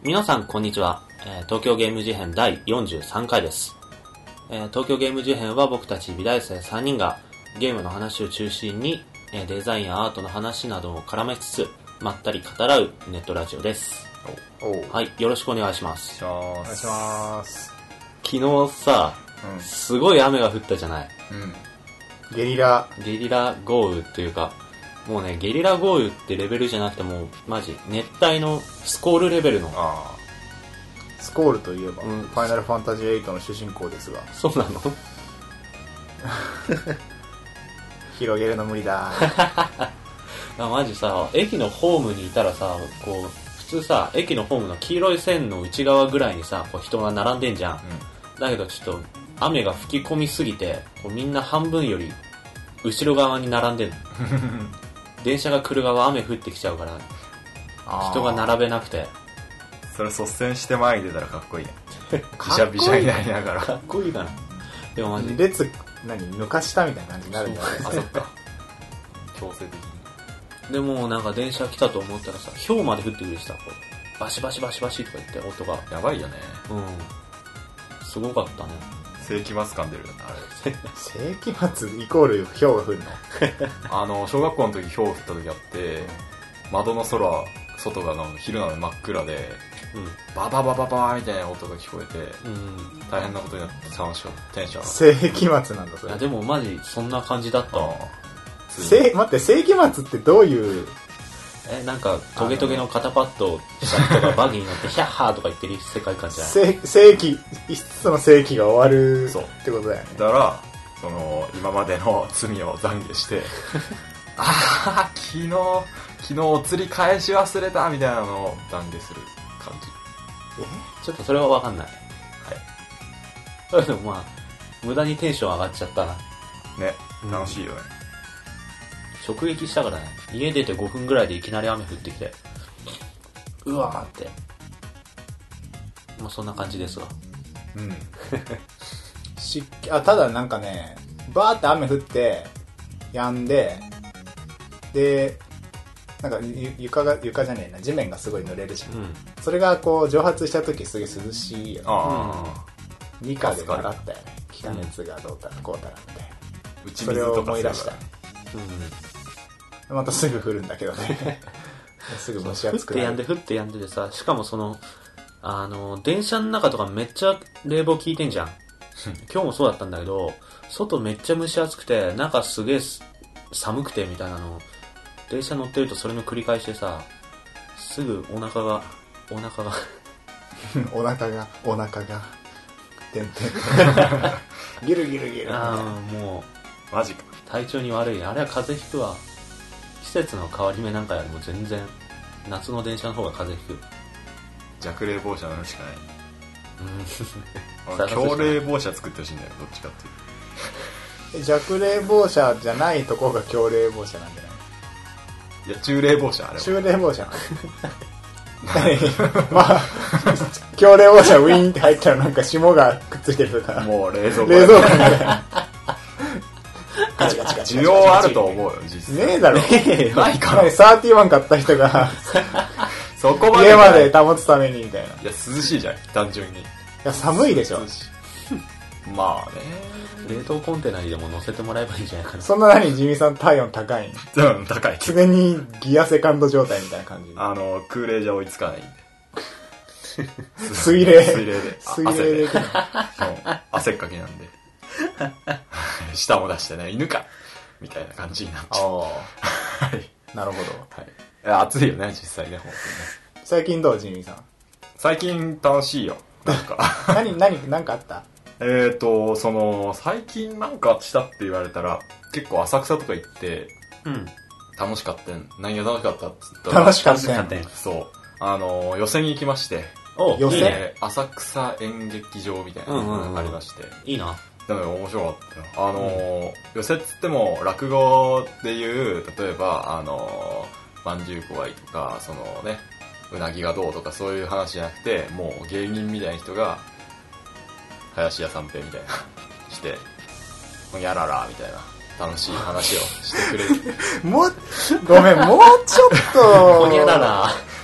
皆さんこんにちは、東京ゲーム事変第43回です、東京ゲーム事変は僕たち美大生3人がゲームの話を中心に、デザインやアートの話などを絡めつつまったり語らうネットラジオです。はい、よろしくお願いします。 お願いします。 昨日さ、すごい雨が降ったじゃない。 ゲリラ豪雨というか、もうね、ゲリラ豪雨ってレベルじゃなくてもうマジ熱帯のスコールレベルの。 スコールといえば、ファイナルファンタジー8の主人公ですが。 そうなの広げるの無理だマジさ、駅のホームにいたらさ、こう普通さ、駅のホームの黄色い線の内側ぐらいにさ、こう人が並んでんじゃん、だけどちょっと雨が吹き込みすぎて、こうみんな半分より後ろ側に並んでんの電車が来る側雨降ってきちゃうから人が並べなくて。 それ率先して前に出たらかっこいいねビシャビシャになりながらかっこいいかな。でもマジ列抜かしたみたいな感じになるんじゃないですか。 あ、そっか強制的に。 でもなんか電車来たと思ったらさ、氷まで降ってくるしさ、こうバシバシバシバシとか言って音がやばいよね。 すごかったね。 世紀末感出るよねあれ世紀末イコール氷が降るの小学校の時氷降った時あって、窓の空外が昼なのに真っ暗で、バババババーみたいな音が聞こえて、大変なことになってテンション上がった。 世紀末なんだそれ。 いやでもマジそんな感じだったわ。 待って、世紀末ってどういうなんかトゲトゲの肩パッドした人がバギーに乗ってヒャッハーとか言ってる世界観じゃない。 世紀5つの世紀が終わるってことだよね。 だから今までの罪を懺悔して昨日お釣り返し忘れたみたいなのを懺悔する感じ。 ちょっとそれは分かんない。はい。でもまあ無駄にテンション上がっちゃったな。 ね、楽しいよね。 直撃したからね。家出て5分ぐらいでいきなり雨降ってきて、うわーって。まあそんな感じですわ。 ただなんかね、バーって雨降って止んで、でなんか床じゃねえな、地面がすごい濡れるじゃん、それがこう蒸発した時すげえ涼しいよね。理科で習ったよね。気化熱がどうたらこうたらみたいな。それを思い出した。またすぐ降るんだけどねすぐ蒸し暑くなる。 降ってやんでてさ、しかも電車の中とかめっちゃ冷房効いてんじゃん今日もそうだったんだけど、外めっちゃ蒸し暑くて中すげえ寒くてみたいなの、電車乗ってるとそれの繰り返しでさ、すぐお腹がお腹がてんてんギルギルギル。 もうマジか。 体調に悪い。あれは風邪ひくわ。季節の変わり目なんかよりも全然夏の電車の方が風邪ひく。 弱冷房車乗るしかない強冷房車作ってほしいんだよ、どっちかっていう。 弱冷房車じゃないところが強冷房車なんじゃない？ いや、中冷房車。あれ中冷房車まあ強冷房車ウィーンって入ったらなんか霜がくっついてるとか、 もう冷蔵庫みたいなガチガチガチ。 需要あると思うよ、実際。 ねえだろ。 ないから。 31買った人がそこまで家まで保つためにみたいな。 いや、涼しいじゃん、単純に。いや、寒いでしょ。 まあね。 冷凍コンテナにでも乗せてもらえばいいんじゃないかな。 そんな何地味さん体温高いん？ 高い。 常にギアセカンド状態みたいな感じ。 空冷じゃ追いつかないんで。 水冷で。汗っかきなんで。舌も出してね、犬かみたいな感じになっちゃう。はい。 なるほど。 はい。暑いよね、実際ね、本当にね。 最近どう、ジミーさん？ 最近楽しいよ。なんか。 何かあった？ 最近なんかしたって言われたら、結構浅草とか行って、楽しかったん。何が楽しかったっつったら。 楽しかったん。 そう。寄席に行きまして。 寄席？ 浅草演劇場みたいなのがありまして。 いいな。 でも面白かったよ。寄席っつっても、落語でいう、例えば、まんじゅう怖いとか、うなぎがどうとかそういう話じゃなくて、もう芸人みたいな人が、林家三平みたいなして、やららみたいな楽しい話をしてくれるごめん、もうちょっとほにゃらら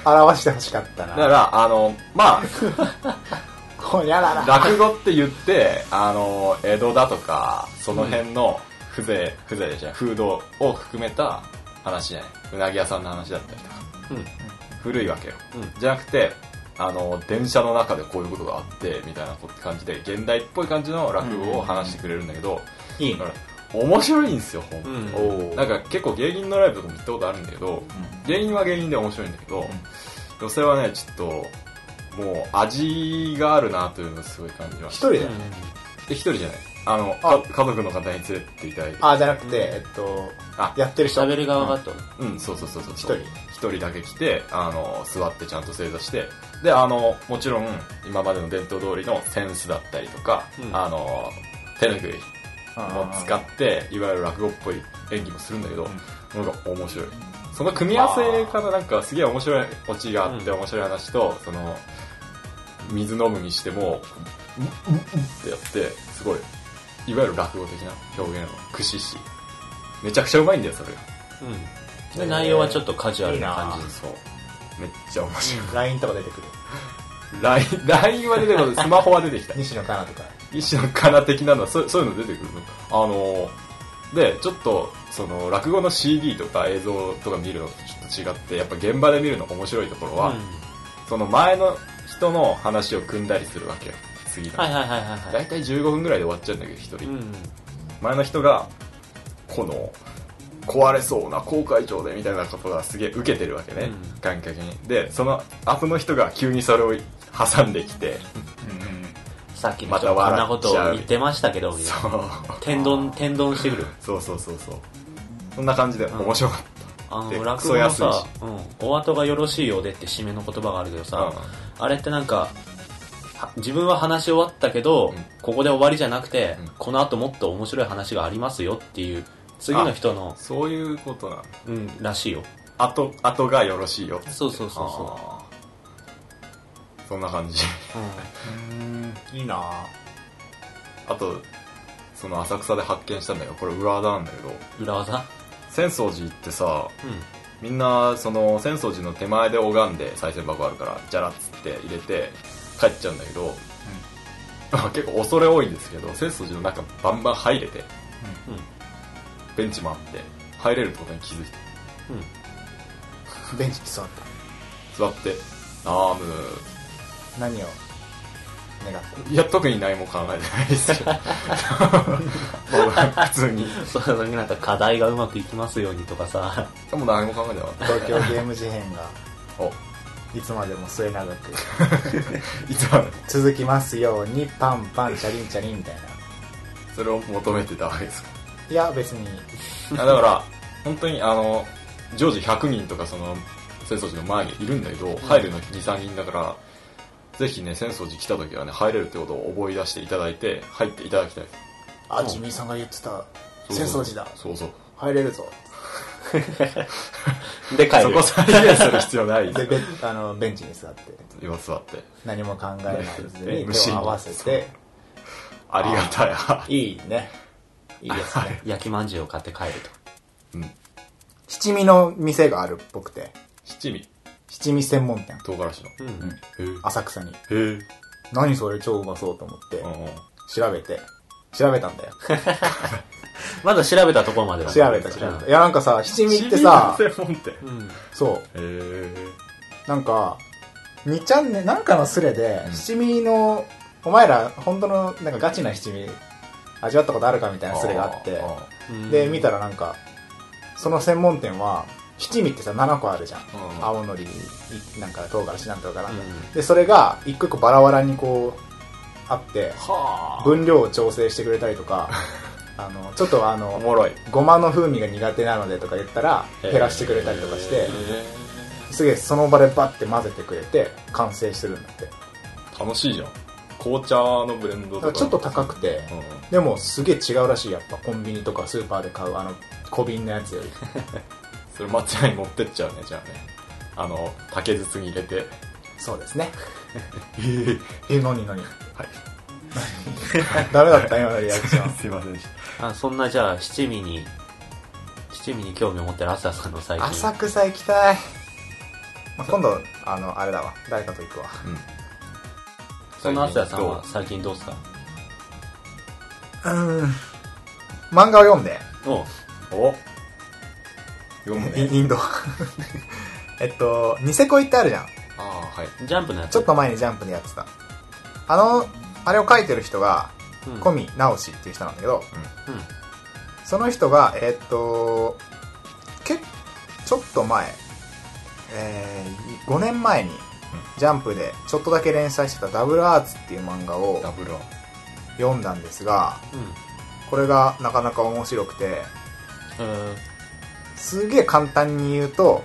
表してほしかったな。 だからまあほにゃらら。 落語って言って江戸だとかその辺の風情じゃない、風土を含めた話じゃない、うなぎ屋さんの話だったりとか、古いわけよ、じゃなくて電車の中でこういうことがあってみたいな感じで現代っぽい感じの落語を話してくれるんだけど、 いいね。 面白いんですよ、本当に。なんか結構芸人のライブとかも行ったことあるんだけど、芸人は芸人で面白いんだけど、女性はね、ちょっともう味があるなというのをすごい感じました。 一人だよね。 一人じゃない。家族の方に連れてっていただいて。 じゃなくて、やってる人。 喋る側がと。 そう。 一人だけ来て、座ってちゃんと正座して、で、もちろん、今までの伝統通りのセンスだったりとか、手ぬぐいを使って、いわゆる落語っぽい演技もするんだけど、なんか面白い。その組み合わせからなんかすげえ面白いオチがあって面白い話と、水飲むにしても、ってやって、すごい、いわゆる落語的な表現を駆使し、めちゃくちゃうまいんだよ、それが。 で内容はちょっとカジュアルな感じ。 そう。めっちゃ面白い。 LINE とか出てくる。 LINE は出てくる。スマホは出てきた。 西野カナとか。 西野カナ的なのは、そういうの出てくるの。で、ちょっと、落語の CD とか映像とか見るのとちょっと違って、やっぱ現場で見るの面白いところは、その前の人の話を組んだりするわけよ。次の。だいたい15分ぐらいで終わっちゃうんだけど、一人。前の人が、壊れそうな公会場でみたいなことがすげえ受けてるわけね、観客に。で、その後の人が急にそれを挟んできて、 さっきもこんなことを言ってましたけど、天丼してくる。 そう。そんな感じで面白かった。 落語のさ、お後がよろしいようでって締めの言葉があるけどさ、あれってなんか、自分は話し終わったけど、ここで終わりじゃなくて、この後もっと面白い話がありますよっていう、次の人のそういうことなのらしいよ。 後がよろしいよ。 そうそんな感じ。 いいな。 あと浅草で発見したんだよ。これ裏技なんだけど。 裏技？ 浅草寺ってさ、みんな浅草寺の手前で拝んで賽銭箱あるからジャラッつって入れて帰っちゃうんだけど、結構恐れ多いんですけど、浅草寺の中バンバン入れて、ベンチもあって入れるってことに気づいて、 ベンチに座ってナーム何を願って。 いや特に何も考えてないですよ。普通にそうなんか課題がうまくいきますようにとかさ、 もう何も考えてなかった。 東京ゲーム事変がいつまでも末永くいつまで続きますように、パンパンチャリンチャリンみたいな。 それを求めてたわけですか？ いや別にだから本当に常時100人とか浅草寺の前にいるんだけど、入るの 2,3 人だから、ぜひね浅草寺来た時はね入れるってことを覚え出していただいて入っていただきたい。 ジミーさんが言ってた浅草寺だ、 そう入れるぞで帰る。 そこ再現する必要ないでベンチに座って今座って何も考えないで手を合わせて、 ありがたい。 いいね、いいですね。 焼きまんじゅうを買って帰ると。 七味の店があるっぽくて。七味専門店。 唐辛子の。 浅草に。 へ何それ超うまそうと思って、調べたんだよ。 まだ調べたところまでだ。 調べた。いやなんかさ、七味ってさ、 専門店。 そう。なんか、2チャンネル、なんかのスレで、七味の、お前ら本当のなんかガチな七味味わったことあるかみたいなスレがあって、で見たらなんかその専門店は七味ってさ7個あるじゃん、青のりなんか唐辛子なんとかなんか、でそれが一個一個バラバラにこうあって分量を調整してくれたりとかちょっとおもろいごまの風味が苦手なのでとか言ったら減らしてくれたりとかしてすげえその場でバッて混ぜてくれて完成してるんだって。 楽しいじゃん。紅茶のブレンドとかちょっと高くて、でもすげえ違うらしい。やっぱコンビニとかスーパーで買う小瓶のやつよりそれ松屋に持ってっちゃうね。じゃあね竹筒に入れて。 そうですね何はいダメだった今のリアクションすいませんでしそんなじゃあ七味に興味を持ってる浅田さんの最近浅草行きたい。 まあ、今度あれだわ、誰かと行くわ。 そのアスヤさんは最近どうすか？ 漫画を読んで。 お読むね。 インド。ニセ恋ってあるじゃん。 ああ、はい。 ジャンプのやつ。 ちょっと前にジャンプでやってた。あれを書いてる人が、小見直しっていう人なんだけど、その人が、ちょっと前、5年前に、ジャンプでちょっとだけ連載してたダブルアーツっていう漫画を読んだんですが、これがなかなか面白くて、すげえ簡単に言うと、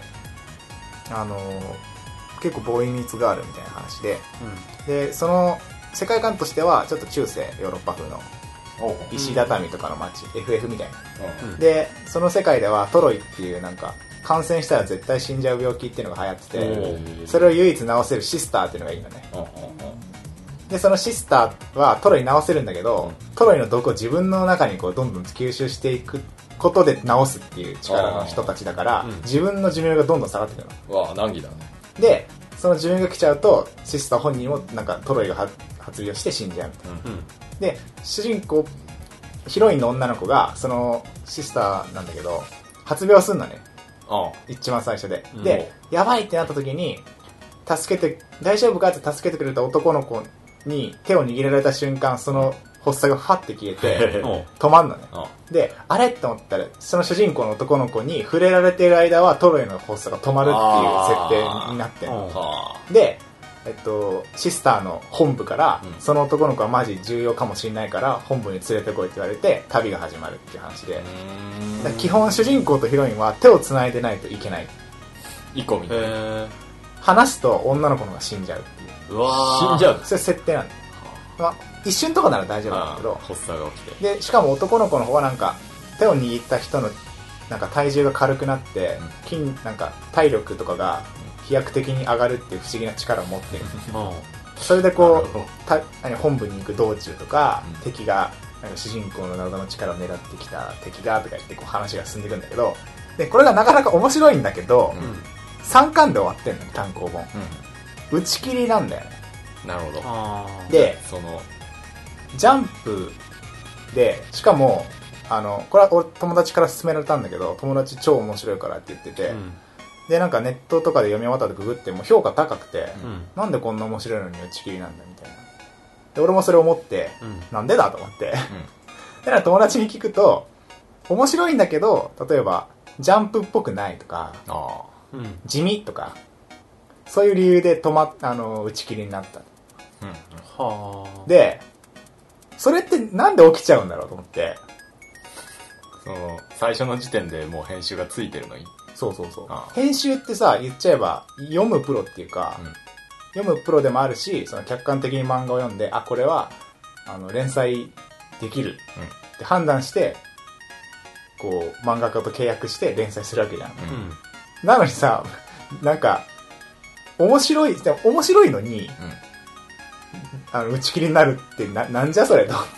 結構ボーイミーツガールみたいな話で、で、その世界観としてはちょっと中世ヨーロッパ風の石畳とかの街、FF みたいな。で、その世界ではトロイっていうなんか、感染したら絶対死んじゃう病気っていうのが流行ってて、それを唯一治せるシスターっていうのがいいのね。で、そのシスターはトロイ治せるんだけど、トロイの毒を自分の中にこうどんどん吸収していくことで治すっていう力の人たちだから、自分の寿命がどんどん下がってくるの。 わあ、難儀だね。 で、その寿命が来ちゃうと、シスター本人もなんかトロイが発病して死んじゃうみたいな。で、主人公、ヒロインの女の子が、そのシスターなんだけど、発病すんのね。一番最初で。で、やばいってなった時に、大丈夫かって助けてくれた男の子に手を握られた瞬間、その発作がファって消えて、止まんのね。で、あれって思ったら、その主人公の男の子に触れられている間はトロイの発作が止まるっていう設定になってんの。で、シスターの本部から、その男の子はマジ重要かもしれないから本部に連れてこいって言われて旅が始まるっていう話で、基本主人公とヒロインは手を繋いでないといけない。 イコみたいな。 話すと女の子の方が死んじゃうっていう。 死んじゃう。 それ設定なんだよ。まあ、一瞬とかなら大丈夫なんだけど、 発作が起きて。 で、しかも男の子の方はなんか手を握った人のなんか体重が軽くなって、なんか体力とかが飛躍的に上がるっていう不思議な力を持ってる。それでこう本部に行く道中とか、敵がなんか主人公の謎の力を狙ってきた敵がとか言ってこう話が進んでいくんだけど、でこれがなかなか面白いんだけど、3巻で終わってんの、単行本、打ち切りなんだよね。 なるほど。 で、ジャンプでしかもこれは俺友達から勧められたんだけど、友達超面白いからって言ってて、でなんかネットとかで読み終わったとググっても評価高くて、なんでこんな面白いのに打ち切りなんだみたいな。で俺もそれ思って、なんでだと思って、で友達に聞くと面白いんだけど、例えばジャンプっぽくないとか、地味とかそういう理由で打ち切りになった。でそれってなんで起きちゃうんだろうと思って、 最初の時点でもう編集がついてるのに。 そう編集ってさ、言っちゃえば読むプロっていうか、読むプロでもあるし、その客観的に漫画を読んで、あ、これは連載できるって判断して、こう漫画家と契約して連載するわけじゃん。なのにさ、なんか面白いのに、打ち切りになるってなんじゃそれと思って。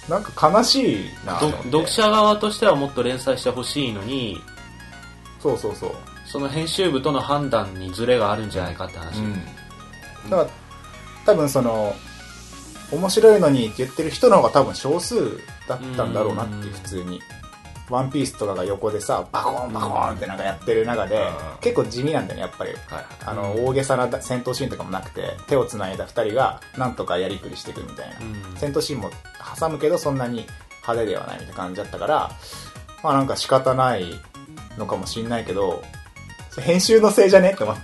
なんか悲しいなと思って。 読者側としてはもっと連載してほしいのに、その編集部との判断にズレがあるんじゃないかって話。 だから多分面白いのにって言ってる人の方が多分少数だったんだろうなっていう、普通に。ワンピースとかが横でさ、バコーンバコーンってなんかやってる中で、結構地味なんだよね、やっぱり。大げさな戦闘シーンとかもなくて、手を繋いだ二人がなんとかやりくりしていくみたいな。戦闘シーンも挟むけど、そんなに派手ではないみたいな感じだったから、まあなんか仕方ないのかもしんないけど、編集のせいじゃねって思って。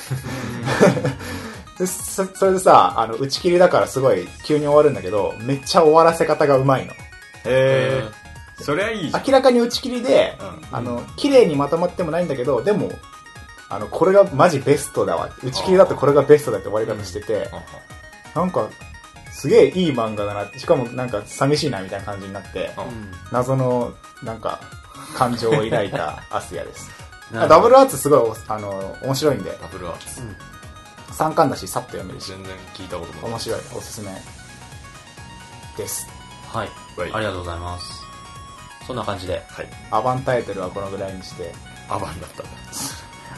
それでさ、打ち切りだからすごい急に終わるんだけど、めっちゃ終わらせ方がうまいの。 そりゃいいじゃん。 明らかに打ち切りで、綺麗にまとまってもないんだけど、でも、これがマジベストだわ。打ち切りだとこれがベストだって終わり方してて、なんか、すげえいい漫画だな。しかもなんか寂しいなみたいな感じになって、謎の、なんか、感情を抱いたアスヤです。ダブルアーツすごい、面白いんで。 ダブルアーツ。 3巻だし、さっと読めるし。 全然聞いたことない。 面白い。おすすめです。 はい。ありがとうございます。そんな感じで。 アバンタイトルはこのぐらいにして。 アバンだったんだ。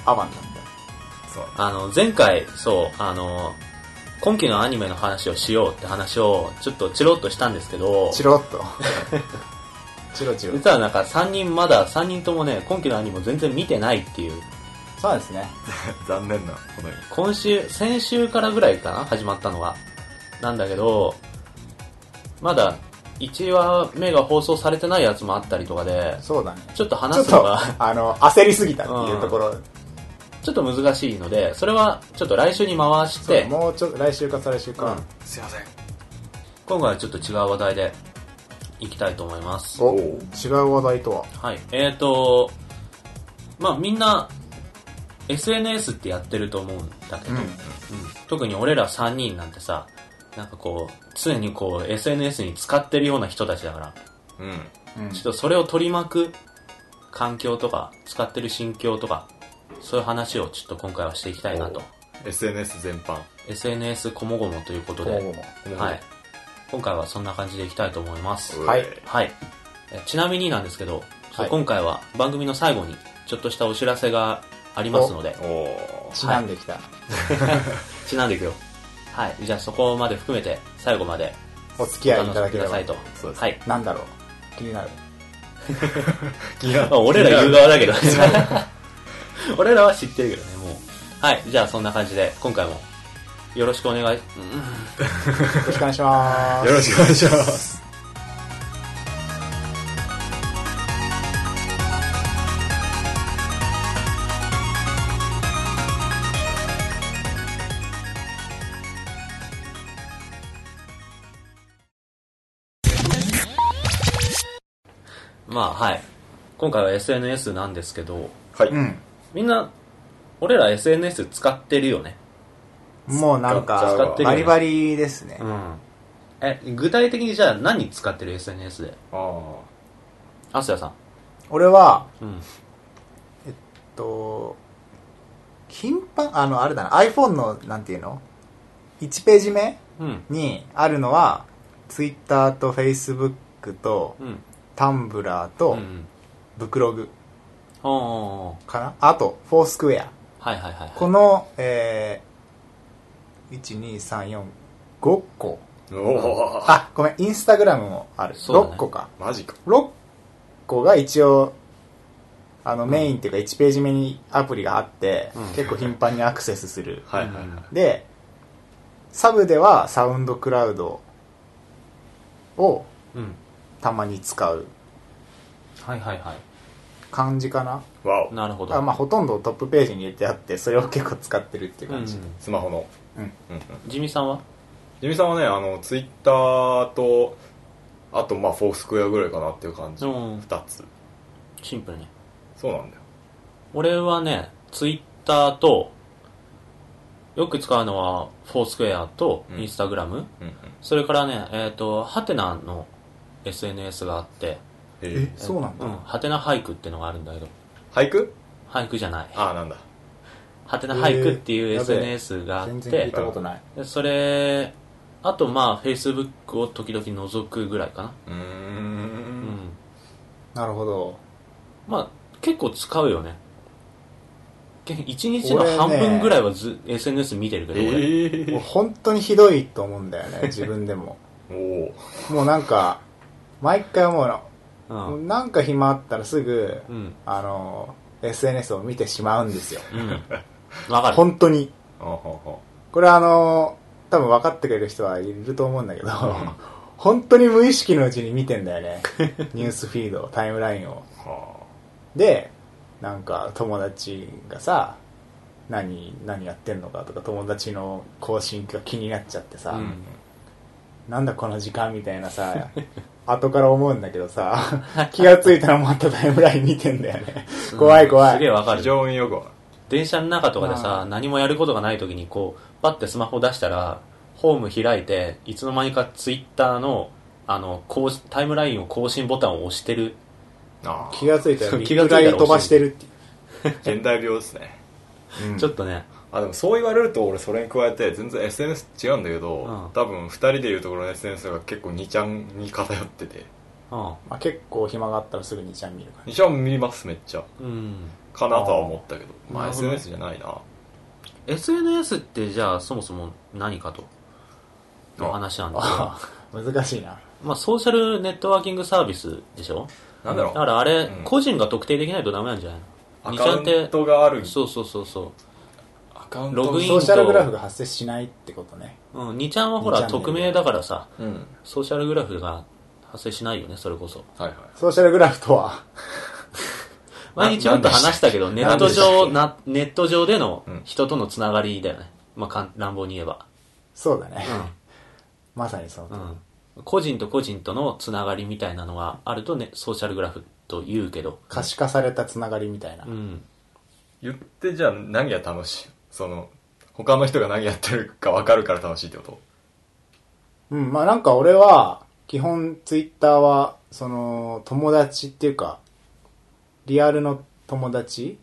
アバンなんだ。 そう前回、そう、今期のアニメの話をしようって話を、ちょっとチロッとしたんですけど、 チロッと。チロチロ。 実はなんか3人ともね、今期のアニメを全然見てないっていう。 そうですね。 残念なことに。 先週からぐらいかな始まったのが。なんだけど、まだ1話目が放送されてないやつもあったりとかで、 そうだね。 ちょっと話すのが、 焦りすぎたっていうところ。 ちょっと難しいので、それはちょっと来週に回して、 もうちょっと来週か再来週か。 すいません。 今回はちょっと違う話題でいきたいと思います。 お、違う話題とは。 はい。まあみんな、SNS ってやってると思うんだけど、特に俺ら3人なんてさ、なんかこう、常にこう SNS に使ってるような人たちだから、ちょっとそれを取り巻く環境とか、使ってる心境とか、そういう話をちょっと今回はしていきたいなと。 SNS 全般。 SNS こもごもということで、はい。今回はそんな感じでいきたいと思います。 はい。 はい。ちなみになんですけど、今回は番組の最後にちょっとしたお知らせがありますので、 ちなんできた。 ちなんでいくよ。はい。じゃあそこまで含めて最後までお付き合いいただければ。 はい。 なんだろう。気になる。 俺ら言う側だけどね。俺らは知ってるけどね、もう。はい。じゃあそんな感じで今回もよろしくお願い。よろしくお願いします。 よろしくお願いします。 まあはい。今回は SNS なんですけど、 はい。 みんな、俺ら SNS 使ってるよね。 もうなんか、バリバリですね。 具体的にじゃあ何使ってる SNS で？アスヤさん。 俺は、頻繁、あれだな、iPhone の、なんていうの ?1 ページ目にあるのは、Twitter と Facebook と、タンブラーと、ブクログかなあと、フォースクエア。この、1、2、3、4、5個。あ、ごめん、インスタグラムもある。6個か。 マジか。 6個が一応、メインっていうか1ページ目にアプリがあって、結構頻繁にアクセスする。で、サブではサウンドクラウドを、たまに使う感じかな。 なるほど。 まあほとんどトップページに入れてあってそれを結構使ってるっていう感じ。 スマホの。 ジミさんはね、ツイッターとあとまあフォースクエアぐらいかなっていう感じ。2つ。 シンプルね。 そうなんだよ。 俺はね、ツイッターとよく使うのはフォースクエアとインスタグラム、それからね、ハテナのSNS があって、 そうなんだ。 ハテナ俳句ってのがあるんだけど。 俳句？ 俳句じゃない。 なんだ。 ハテナ俳句っていう SNS があって、 全然聞いたことない。 それ、あとまあ Facebook を時々覗くぐらいかな。 なるほど。 まあ結構使うよね。一日の半分ぐらいはSNS 見てるけど、 俺本当にひどいと思うんだよね、自分でも。もうなんか毎回思うの、なんか暇あったらすぐ、SNS を見てしまうんですよ。 わかる。 本当に。これ多分分かってくれる人はいると思うんだけど、本当に無意識のうちに見てんだよね。ニュースフィード、タイムラインを。で、なんか友達がさ、何やってんのかとか、友達の更新が気になっちゃってさ、なんだこの時間みたいなさ、後から思うんだけどさ、気がついたらまたタイムライン見てんだよね。怖い怖い。 すげえわかる。 非常によくわかる。 電車の中とかでさ、何もやることがない時にこう、パッてスマホ出したら、ホーム開いて、いつの間にかツイッターの、タイムラインを更新ボタンを押してる。 気がついたらリプライ飛ばしてるっていう。現代病ですね。 ちょっとね。 でもそう言われると俺それに加えて全然 SNS 違うんだけど、多分2人でいうところの SNS が結構2ちゃんに偏ってて、 あまあ、結構暇があったらすぐ2ちゃん見る感じ。 2ちゃん見ますめっちゃうんかなとは思ったけど、まあなるほど SNS じゃないな。 SNS ってじゃあそもそも何かとの話なんだけどあ難しいな。 まあソーシャルネットワーキングサービスでしょ。 なんだろう、 だからあれ、 うん個人が特定できないとダメなんじゃないの。 アカウントがある、 そうそうそうそアカウントログインソーシャルグラフが発生しないってことね。 う、2ちゃんはほら 2ちゃんで匿名だからさ、 うんソーシャルグラフが発生しないよね。それこそはいはい。 ソーシャルグラフとは前にちょっと話したけど、ネット上でのうん人とのつながりだよね。まあ乱暴に言えば、 そうだね。まさにそう。 個人と個人とのつながりみたいなのがあるとね、ソーシャルグラフと言うけど、 可視化されたつながりみたいな。 言ってじゃあ何が楽しい、その他の人が何やってるか分かるから楽しいってこと？ まあなんか俺は、基本ツイッターは、その、友達っていうか、リアルの友達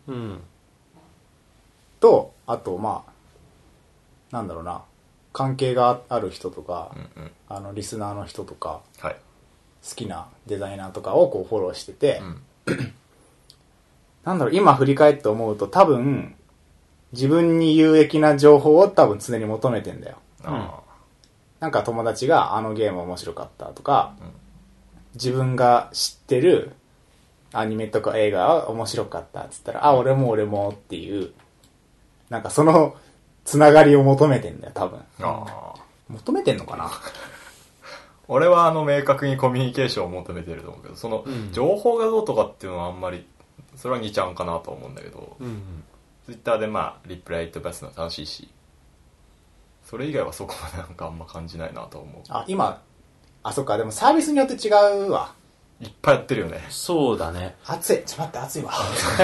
と、あとまあ、なんだろうな、関係がある人とか、リスナーの人とか、 はい好きなデザイナーとかをこうフォローしてて、 うんなんだろう、今振り返って思うと多分、自分に有益な情報を多分常に求めてんだよ。なんか友達があのゲーム面白かったとか、自分が知ってるアニメとか映画は面白かったっつったら、あ、俺もっていう、なんかそのつながりを求めてんだよ、多分。求めてんのかな俺は明確にコミュニケーションを求めてると思うけど、その情報がどうとかっていうのはあんまり、それは2ちゃんかなと思うんだけど、ツイッターでまあリプライとかするの楽しいし、それ以外はそこまでなんかあんま感じないなと思う。 あ、今、あ、そっか、でもサービスによって違うわ。 いっぱいやってるよね。 そうだね。 暑い。ちょっと待って、暑いわ。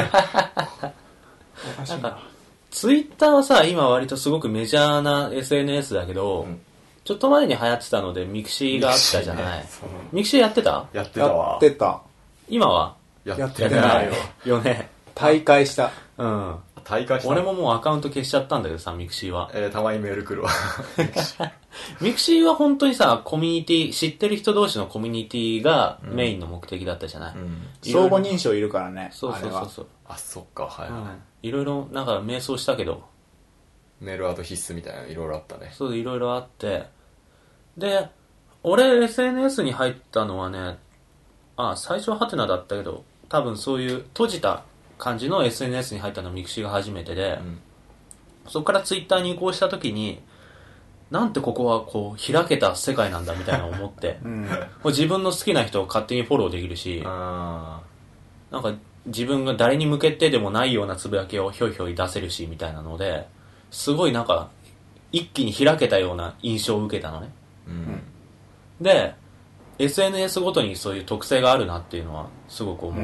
おかしいな。 ツイッターはさ、今割とすごくメジャーな SNS だけど、ちょっと前に流行ってたのでミクシーがあったじゃない。ミクシーやってた？ やってたわ。 やってた。 今はやってないよ。 よね。 大会した。 大会した。 俺ももうアカウント消しちゃったんだけどさ、ミクシーは。 たまにメール来るわ。 ミクシーは本当にさ、コミュニティ、知ってる人同士のコミュニティがメインの目的だったじゃない。 相互認証いるからね。 そうそうそうそう。 あ、そっか、はいはい。 いろいろなんか迷走したけど。 メールアウト必須みたいなのいろいろあったね。 そう、いろいろあって。で、俺 SNS に入ったのはね、最初はハテナだったけど、多分そういう閉じた感じの SNS に入ったのはミクシーが初めてで、そこからツイッターに移行した時に、なんてここはこう開けた世界なんだみたいな思って、自分の好きな人を勝手にフォローできるし、なんか自分が誰に向けてでもないようなつぶやきをひょいひょい出せるしみたいなので、すごいなんか一気に開けたような印象を受けたのね。で、SNS ごとにそういう特性があるなっていうのはすごく思う。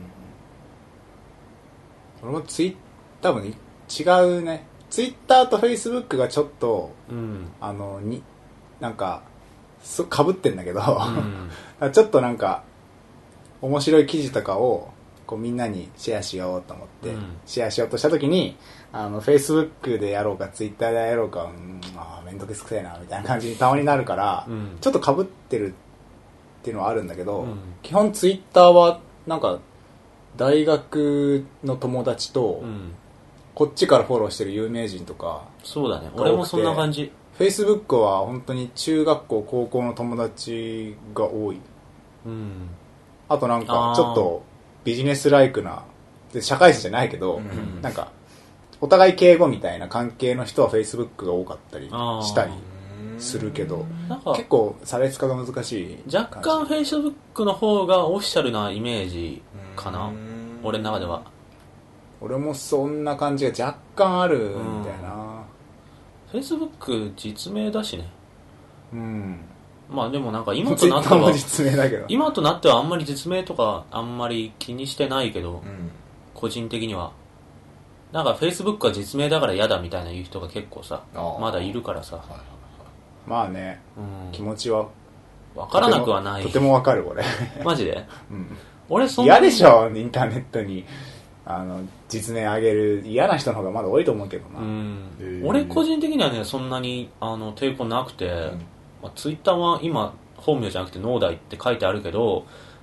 俺も多分違うね。ツイッターとフェイスブックがちょっと、なんか、被ってんだけど、ちょっとなんか、面白い記事とかを、こうみんなにシェアしようと思って、シェアしようとしたときに、フェイスブックでやろうか、ツイッターでやろうか、めんどくせえな、みたいな感じにたまになるから、ちょっと被ってるっていうのはあるんだけど、基本ツイッターは、なんか、大学の友達と、こっちからフォローしてる有名人とか。 そうだね。俺もそんな感じ。 Facebook は本当に中学校、高校の友達が多い。あとなんか、ちょっとビジネスライクな、で社会人じゃないけど、なんか、お互い敬語みたいな関係の人は Facebook が多かったりしたりするけど、結構差別化が難しい。 若干 Facebook の方がオフィシャルなイメージかな。俺の中では。 俺もそんな感じが若干あるんだよな。 Facebook 実名だしね。まあでもなんか今とツイッターもなっては実名だけど、 今となってはあんまり実名とかあんまり気にしてないけど、個人的にはなんか Facebook は実名だから嫌だみたいな言う人が結構さ、まだいるからさ。 まあね、気持ちはわからなくはない。 とてもわかる俺。 マジで？ 俺そんな嫌でしょ、インターネットに実名あげる嫌な人の方がまだ多いと思うけどな。 俺個人的にはねそんなに抵抗なくて、ツイッターは今本名じゃなくてノーダイって書いてあるけど、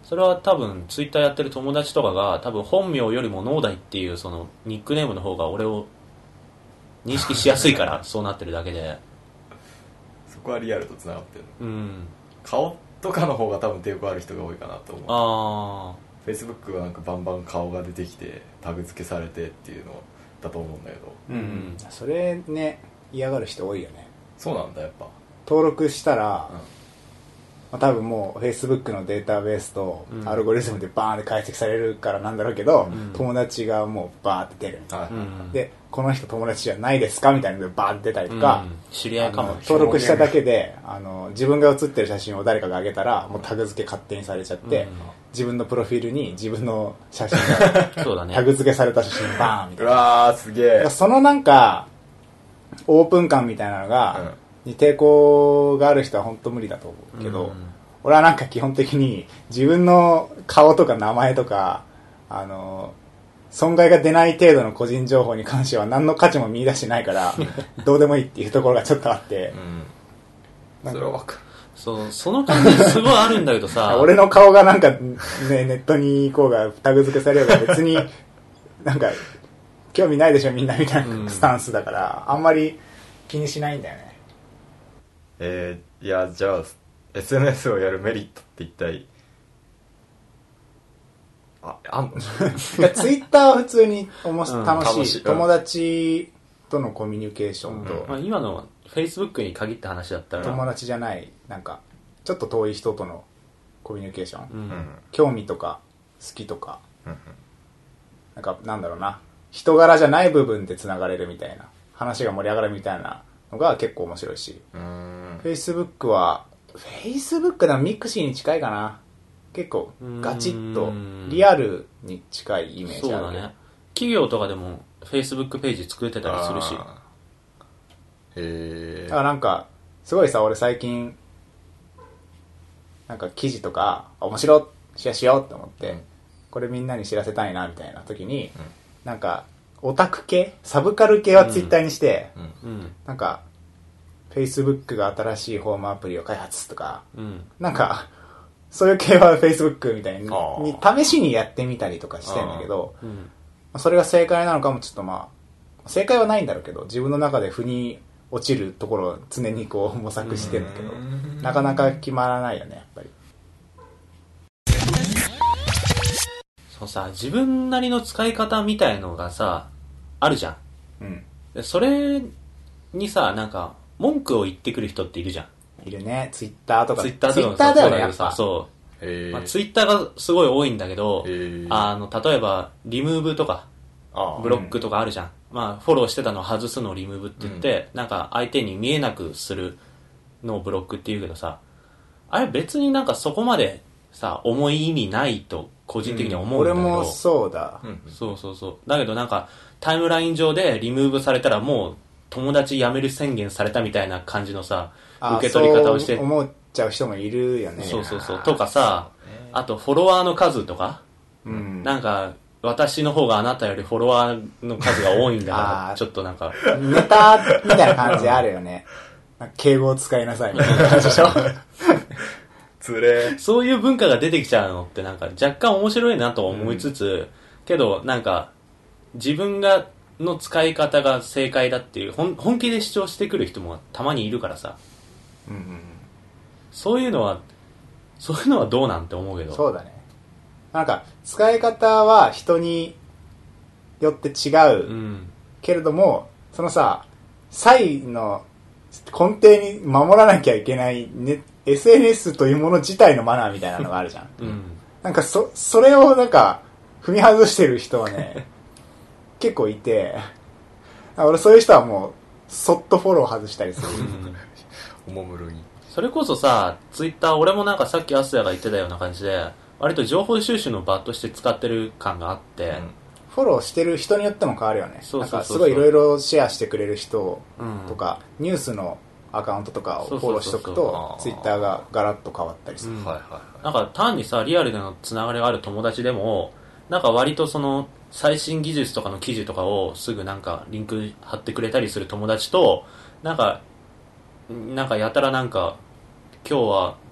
それは多分ツイッターやってる友達とかが多分本名よりもノーダイっていうそのニックネームの方が俺を認識しやすいからそうなってるだけでそこはリアルと繋がってる。 うん顔とかの方が多分抵抗ある人が多いかなと思う。 あ Facebook はなんかバンバン顔が出てきてタグ付けされてっていうのだと思うんだけど。 うんそれね嫌がる人多いよね。 そうなんだやっぱ。 登録したら、まあ、多分もう Facebook のデータベースとアルゴリズムでバーンって解析されるからなんだろうけど、友達がもうバーって出るみたいな、でこの人友達じゃないですかみたいなのでバーって出たりとか、 知り合いかも登録しただけで自分が写ってる写真を誰かが上げたらもうタグ付け勝手にされちゃって、自分のプロフィールに自分の写真がそうだねタグ付けされた写真バーンみたういな。 わーすげえ。 そのなんかオープン感みたいなのが、に抵抗がある人は本当無理だと思うけど、俺はなんか基本的に自分の顔とか名前とか損害が出ない程度の個人情報に関しては何の価値も見出してないからどうでもいいっていうところがちょっとあって、 それは分かる。 その感じすごいあるんだけどさ俺の顔がなんか、ね、ネットに行こうがタグ付けされようが別になんか興味ないでしょみんなみたいなスタンスだから、あんまり気にしないんだよね。 いやじゃあSNS をやるメリットって一体あんの？ ツイッターは普通に楽しい、友達とのコミュニケーションと、 まあ、今の Facebook に限った話だったら友達じゃないなんかちょっと遠い人とのコミュニケーション、 うん、 興味とか好きとか、なんかなんだろうな、人柄じゃない部分でつながれるみたいな、話が盛り上がるみたいなのが結構面白いし、Facebook はFacebook でもミクシーに近いかな。結構ガチッとリアルに近いイメージある。 そうだね。企業とかでも Facebook ページ作ってたりするし。 へだからなんかすごいさ、俺最近なんか記事とか面白いシェアしようって思って、これみんなに知らせたいなみたいな時に、なんかオタク系サブカル系はツイッターにして、なんかFacebook が新しいホームアプリを開発とか、なんかそういう系は Facebook みたいに試しにやってみたりとかしてんだけど、それが正解なのかもちょっとまあ正解はないんだろうけど、自分の中で腑に落ちるところを常にこう模索してんだけど、なかなか決まらないよねやっぱり。 そうさ、自分なりの使い方みたいのがさあるじゃん。でそれにさ、なんか文句を言ってくる人っているじゃん。 いるね。ツイッターとか。 ツイッターだよね、やっぱ。 そう。まあ、ツイッターがすごい多いんだけど、例えば、リムーブとか、ブロックとかあるじゃん。まあ、フォローしてたのを外すのをリムーブって言って、なんか相手に見えなくするのをブロックって言うけどさ、あれ別になんかそこまでさ、重い意味ないと個人的には思うんだけど。 俺もそうだ。 そうそうそう。だけどなんか、タイムライン上でリムーブされたらもう、友達辞める宣言されたみたいな感じのさ、受け取り方をしてそう思っちゃう人もいるよね。 そうそうそう。とかさ、あとフォロワーの数とか、なんか私の方があなたよりフォロワーの数が多いんだからちょっとなんかネタみたいな感じあるよね。敬語を使いなさいみたいな感じでしょ。 つれそういう文化が出てきちゃうのってなんか若干面白いなと思いつつ、けどなんか自分がの使い方が正解だっていう本気で主張してくる人もたまにいるからさ、そういうのはどうなんて思うけど。 そうだね。なんか使い方は人によって違う、けれども、そのさ、際の根底に守らなきゃいけない、ね、SNS というもの自体のマナーみたいなのがあるじゃん。なんかそれをなんか踏み外してる人はね結構いて、俺そういう人はもうそっとフォロー外したりする。 おもむろに。 それこそさ、ツイッター俺もなんかさっきアスヤが言ってたような感じで、割と情報収集の場として使ってる感があって、 フォローしてる人によっても変わるよね。なんかすごいいろいろシェアしてくれる人とか、ニュースのアカウントとかをフォローしとくと、ツイッターがガラッと変わったりする。 なんか単にさ、リアルでのつながりがある友達でも、なんか割とその最新技術とかの記事とかをすぐなんかリンク貼ってくれたりする友達と、なんかやたらなんか今日は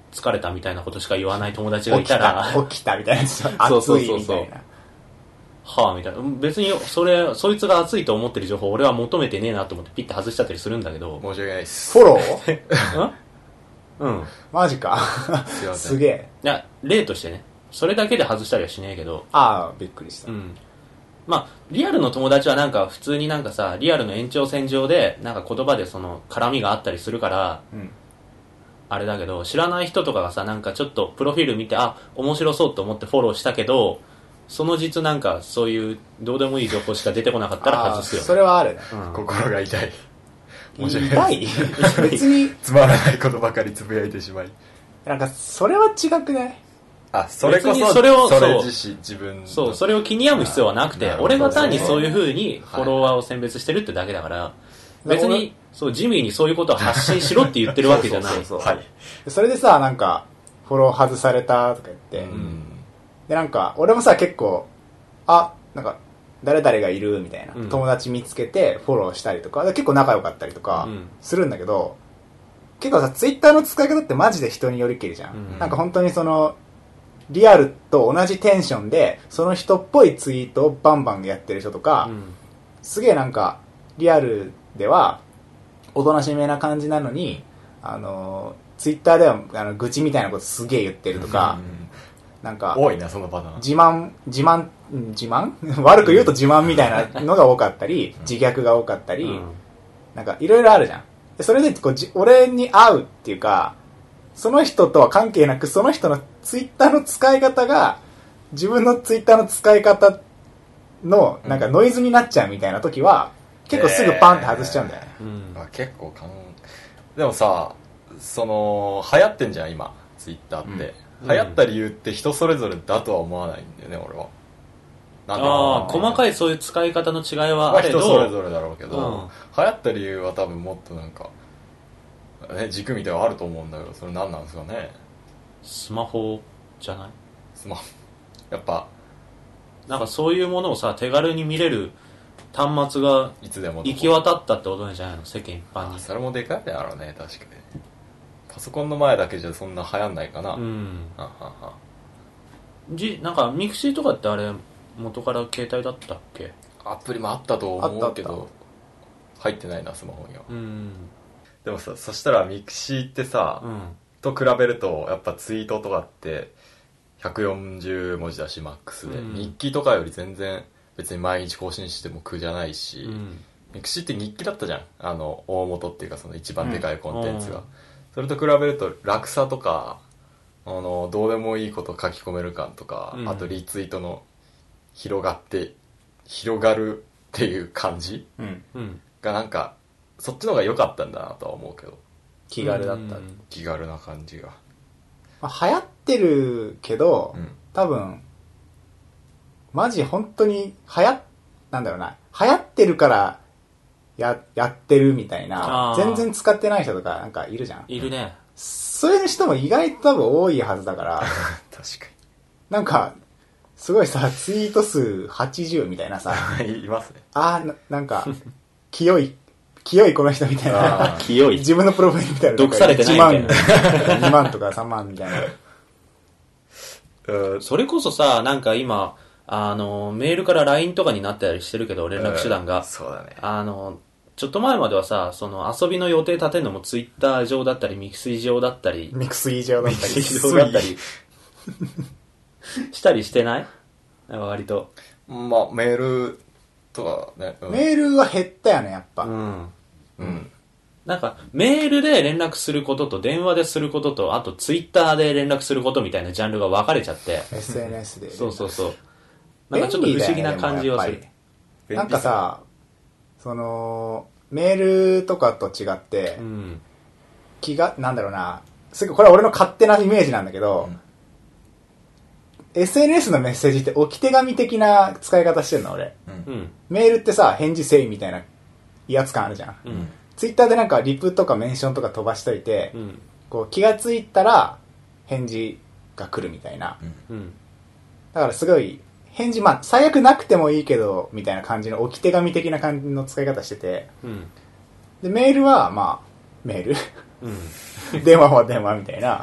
疲れたみたいなことしか言わない友達がいたら、 起きたみたいな。 そう暑そうそうそういみたいな。 はぁ、みたいな。別に、そいつが熱いと思ってる情報俺は求めてねえなと思ってピッて外しちゃったりするんだけど。 申し訳ないです。 フォローうん。 マジか。 すいません。 すげえ。 いや、例としてね。それだけで外したりはしねえけど。 ああ、びっくりした。 うん。まあ、リアルの友達はなんか普通になんかさ、リアルの延長線上で、なんか言葉でその絡みがあったりするから、 うん。 あれだけど、知らない人とかがさ、なんかちょっとプロフィール見て、あ、面白そうと思ってフォローしたけど、その実なんかそういうどうでもいい情報しか出てこなかったら外すよ、ね。 それはあるね。 うん、 心が痛い。申し訳痛ないい別に。 つまらないことばかりつぶやいてしまい。 なんか、それは違くない？ あ、それこそ、 それを、 それ自身、自分の。 そう、それを気に病む必要はなくて、俺が単にそういう風にフォロワーを選別してるってだけだから、別に、そう、ジミーにそういうことを発信しろって言ってるわけじゃない。 そう。 はい。 それでさ、なんか、フォロー外されたとか言って、で、なんか、俺もさ、結構、なんか、誰々がいるみたいな、友達見つけてフォローしたりとか、結構仲良かったりとかするんだけど、結構さ、ツイッターの使い方ってマジで人によりきりじゃん。なんか本当にその、リアルと同じテンションで、その人っぽいツイートをバンバンやってる人とか、すげえなんか、リアルでは、おとなしめな感じなのに、ツイッターでは愚痴みたいなことすげえ言ってるとか、なんか、 多いな、そのパターン。 自慢悪く言うと自慢みたいなのが多かったり、自虐が多かったり、なんかいろいろあるじゃん。でそれでこう俺に合うっていうか、その人とは関係なく、その人のツイッターの使い方が、自分のツイッターの使い方の、なんかノイズになっちゃうみたいな時は、結構すぐパンって外しちゃうんだよね。 結構でもさ、その、流行ってんじゃん、今、ツイッターって。流行った理由って人それぞれだとは思わないんだよね、俺は。 細かいそういう使い方の違いはあれど、 人それぞれだろうけど、流行った理由は多分もっとなんか、ね、軸みたいなのあると思うんだけど、それ何なんですかね。 スマホじゃない？ スマホ。やっぱ、 なんかそういうものをさ、手軽に見れる端末がいつでも行き渡ったってことなんじゃないの、世間一般に。 それもでかいだろうね、確かに。パソコンの前だけじゃそんな流行んないかな。 なんかミクシーとかってあれ元から携帯だったっけ？ アプリもあったと思うけど入ってないな、スマホには。でもさ、そしたらミクシーってさ、と比べるとやっぱツイートとかって140文字だしマックスで、日記とかより全然別に毎日更新しても苦じゃないし、ミクシーって日記だったじゃん、大元っていうかその一番でかいコンテンツが、それと比べると楽さとかどうでもいいこと書き込める感とか、あとリツイートの広がるっていう感じ、がなんかそっちの方が良かったんだなとは思うけど、 気軽だった、 気軽な感じが、 流行ってるけど、多分マジ本当になんだろうな、流行ってるからやってるみたいな、全然使ってない人とかなんかいるじゃん。 いるね。 そういう人も意外と多分多いはずだから確かになんかすごいさ、ツイート数80みたいなさいますね。 なんか清いこの人みたいな清い自分のプロフィールみたいな、 毒されてないみたいな 2万とか3万みたいなそれこそさ、なんか今メールから LINE とかになったりしてるけど、連絡手段が、 そうだね。 ちょっと前まではさ、その遊びの予定立てるのもツイッター上だったり、ミクシー上だったりしたりしてない？なんか割と。 まあ、メールとかね。 メールは減ったよね、やっぱ。 なんか、メールで連絡することと、電話ですることと、あとツイッターで連絡することみたいなジャンルが分かれちゃって。 SNS で。 そう。なんかちょっと不思議な感じはする。 なんかさ、その、メールとかと違って、なんだろうな、これは俺の勝手なイメージなんだけど、SNS のメッセージって置き手紙的な使い方してんの俺、メールってさ、返事せいみたいな威圧感あるじゃん、ツイッターでなんかリプとかメンションとか飛ばしといて、こう気がついたら返事が来るみたいな、だからすごい返事、最悪なくてもいいけどみたいな感じの置き手紙的な感じの使い方してて、でメールはメール、電話は電話みたいな、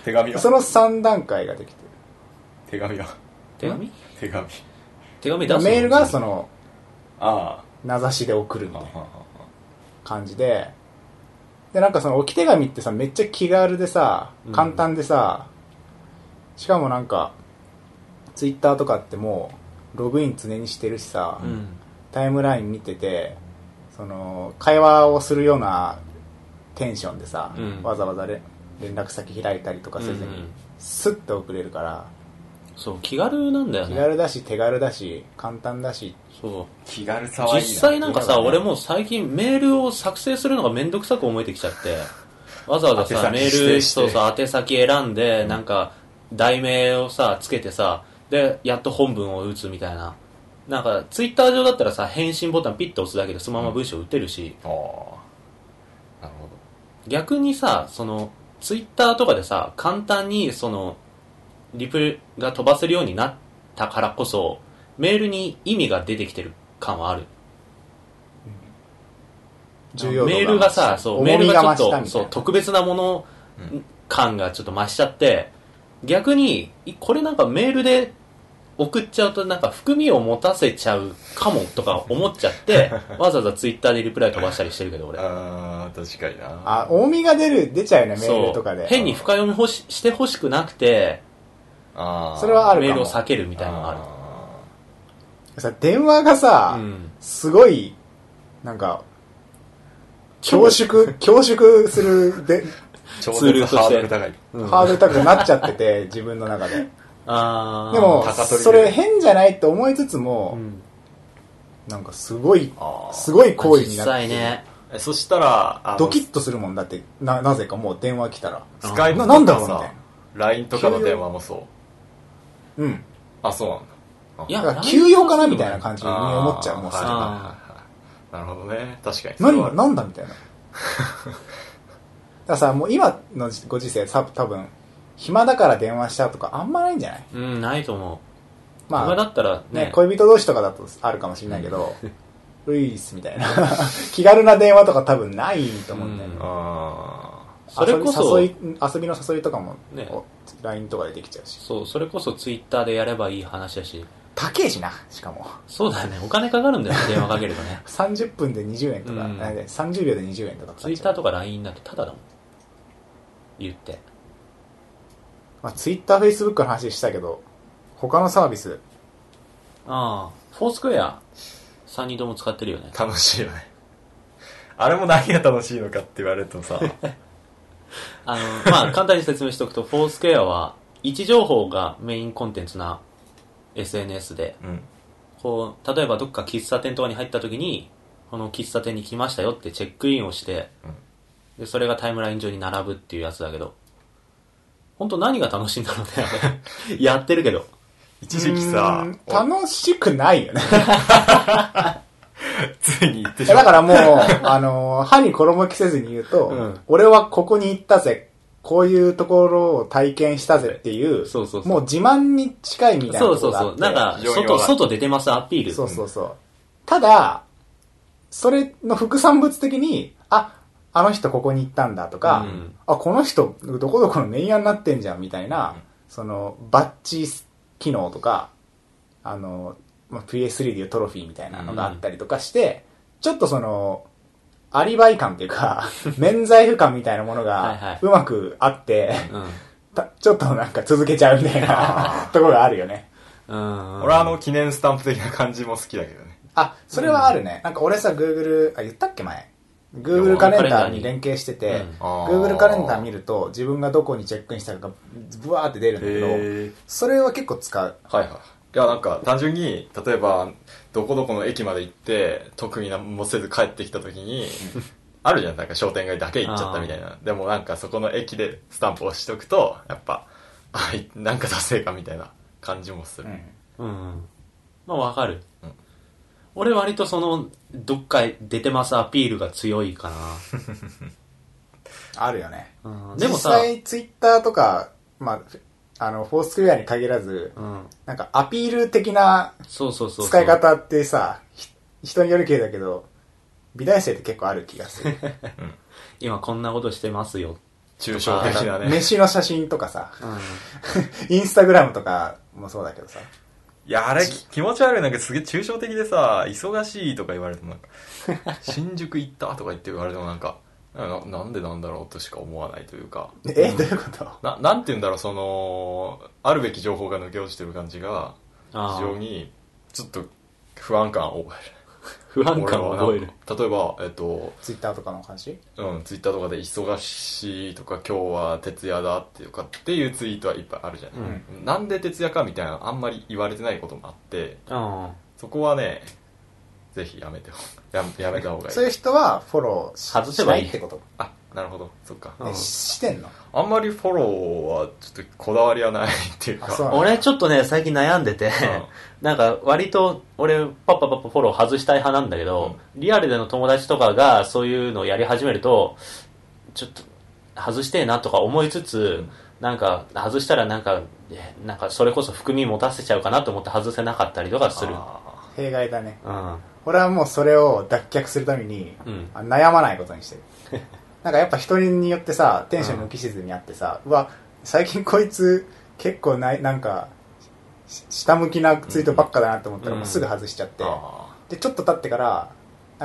手紙はその3段階ができてる。 手紙は手紙手紙手紙出すメールがその、 あ名指しで送るみあたいな感じで、で、なんかその置き手紙ってさ、めっちゃ気軽でさ、簡単でさ、しかもなんか、ツイッターとかってもう、ログイン常にしてるしさ、タイムライン見てて、その、会話をするようなテンションでさ、わざわざ連絡先開いたりとかせずに、スッと送れるから、 そう気軽なんだよね。 気軽だし手軽だし簡単だし、 そう気軽さはいいな。 実際なんかさ、俺もう最近メールを作成するのがめんどくさく思えてきちゃって、わざわざさメールそうそう宛先選んで、なんか題名をさつけてさ、でやっと本文を打つみたいな。なんかツイッター上だったらさ、返信ボタンピッと押すだけでそのまま文章打てるし、 ああ、なるほど。 逆にさ、そのツイッターとかでさ、簡単にそのリプが飛ばせるようになったからこそ、メールに意味が出てきてる感はある。 重要度がメールがさ、そう、メールがちょっと、そう、特別なもの感がちょっと増しちゃって、逆に、これなんかメールで送っちゃうとなんか含みを持たせちゃうかもとか思っちゃって、わざわざツイッターでリプライ飛ばしたりしてるけど、俺。 ああ、確かにな。 あ、重みが出ちゃうよね、メールとかで。 変に深読みしてほしくなくて、 それはあるかも。 メールを避けるみたいなのがある。 さ、電話がさ、すごい、なんか、恐縮するで、 ツールとしてハードル高い。 ハードル高くなっちゃってて、自分の中で。でも、 そそれ変じゃないって思いつつも、なんかすごい行為になって。 実際ね。 そしたら、 ドキッとするもんだって、なぜかもう電話来たら。 スカイプとなんだろうみたいかさな。 LINE とかの電話もそう。 うん。 あ、そうなんだ。 いや、 休養かなみたいな感じに思っちゃう、もうすぐ。 なるほどね。確かに。 なんだみたいな。だからさ、もう今のご時世、多分、暇だから電話したとかあんまないんじゃない？ ないと思う。 まあ、 暇だったらね。 恋人同士とかだとあるかもしれないけど、ウイスみたいな。気軽な電話とか多分ないと思うんだよね。 それこそ遊びの誘いとかも、ね、LINE とかでできちゃうし。 そう、それこそツイッターでやればいい話だし。 高えしな、しかも。 そうだよね、お金かかるんだよね、電話かけるとね。 30分で20円とか、30秒で20円とか。 ツイッターとか LINE だとタダだもん。言って。 まあ、ツイッター、フェイスブックの話したけど、他のサービス。 フォースクエア、3人とも使ってるよね。 楽しいよね。あれも何が楽しいのかって言われるとさ。 まあ、簡単に説明しておくと、フォースクエアは、位置情報がメインコンテンツな SNS で、こう、例えばどっか喫茶店とかに入った時に、この喫茶店に来ましたよってチェックインをして、で、それがタイムライン上に並ぶっていうやつだけど、本当何が楽しいんだろうね。やってるけど。 一時期さ、 楽しくないよね。 ついに言ってしまう。 だからもう、歯に衣着せずに言うと、俺はここに行ったぜ、こういうところを体験したぜっていう、もう自慢に近いみたいなことがあって。 なんか、外出てますアピール。 そう。ただ、それの副産物的に、あの人ここに行ったんだとか、この人どこどこのメイヤーになってんじゃんみたいな、そのバッジ機能とか、PS3 でいうトロフィーみたいなのがあったりとかして、ちょっとそのアリバイ感っていうか免罪符感みたいなものがうまくあって、ちょっとなんか続けちゃうみたいなところがあるよね。 俺は記念スタンプ的な感じも好きだけどね。 それはあるね。なんか俺さ、Google、言ったっけ前。Google カレンダーに連携してて、Google カレンダー見ると自分がどこにチェックインしたかがブワーって出るんだけど、それは結構使う。 いや、なんか単純に、例えば、どこどこの駅まで行って、特に何もせず帰ってきた時に、あるじゃん、なんか商店街だけ行っちゃったみたいな。でもなんかそこの駅でスタンプを押しとくと、やっぱ、なんか達成感みたいな感じもする。 まあわかる。俺割とどっか出てますアピールが強いかな。 あるよね。 でもさ、 実際ツイッターとか、まあ、フォースクエアに限らず、なんかアピール的な使い方ってさ、人による系だけど、美大生って結構ある気がする。 今こんなことしてますよっ抽象的なね。 飯の写真とかさ、 うん。 インスタグラムとかもそうだけどさ。 いや、あれ気持ち悪い。なんかすげえ抽象的でさ、忙しいとか言われてもなんか、新宿行ったとか言われてもなんか、なんでなんだろうとしか思わないというか。 どういうこと？ なんて言うんだろう、その、あるべき情報が抜け落ちてる感じが、非常に、ちょっと不安感を覚える。 不安感を覚える。 例えば、 ツイッターとかの話？ ツイッターとかで忙しいとか今日は徹夜だっていうツイートはいっぱいあるじゃない、なんで徹夜かみたいなあんまり言われてないこともあって、そこはね、ぜひやめた方がいい。 そういう人はフォロー外せばいいってこと？ あ、なるほど、そっか。 してんの？ あんまりフォローはちょっとこだわりはないっていうか。 俺ちょっとね、最近悩んでて、なんか割と俺パッパフォロー外したい派なんだけど、リアルでの友達とかがそういうのをやり始めると、ちょっと外してえなとか思いつつ、なんか外したらなんかそれこそ含み持たせちゃうかなと思って外せなかったりとかする。 弊害だね。俺はもうそれを脱却するために、悩まないことにしてる。なんかやっぱ人によってさ、テンションの浮き沈みあってさ、うわ、最近こいつ結構なんか、下向きなツイートばっかだなと思ったらもうすぐ外しちゃって、で、ちょっと経ってから、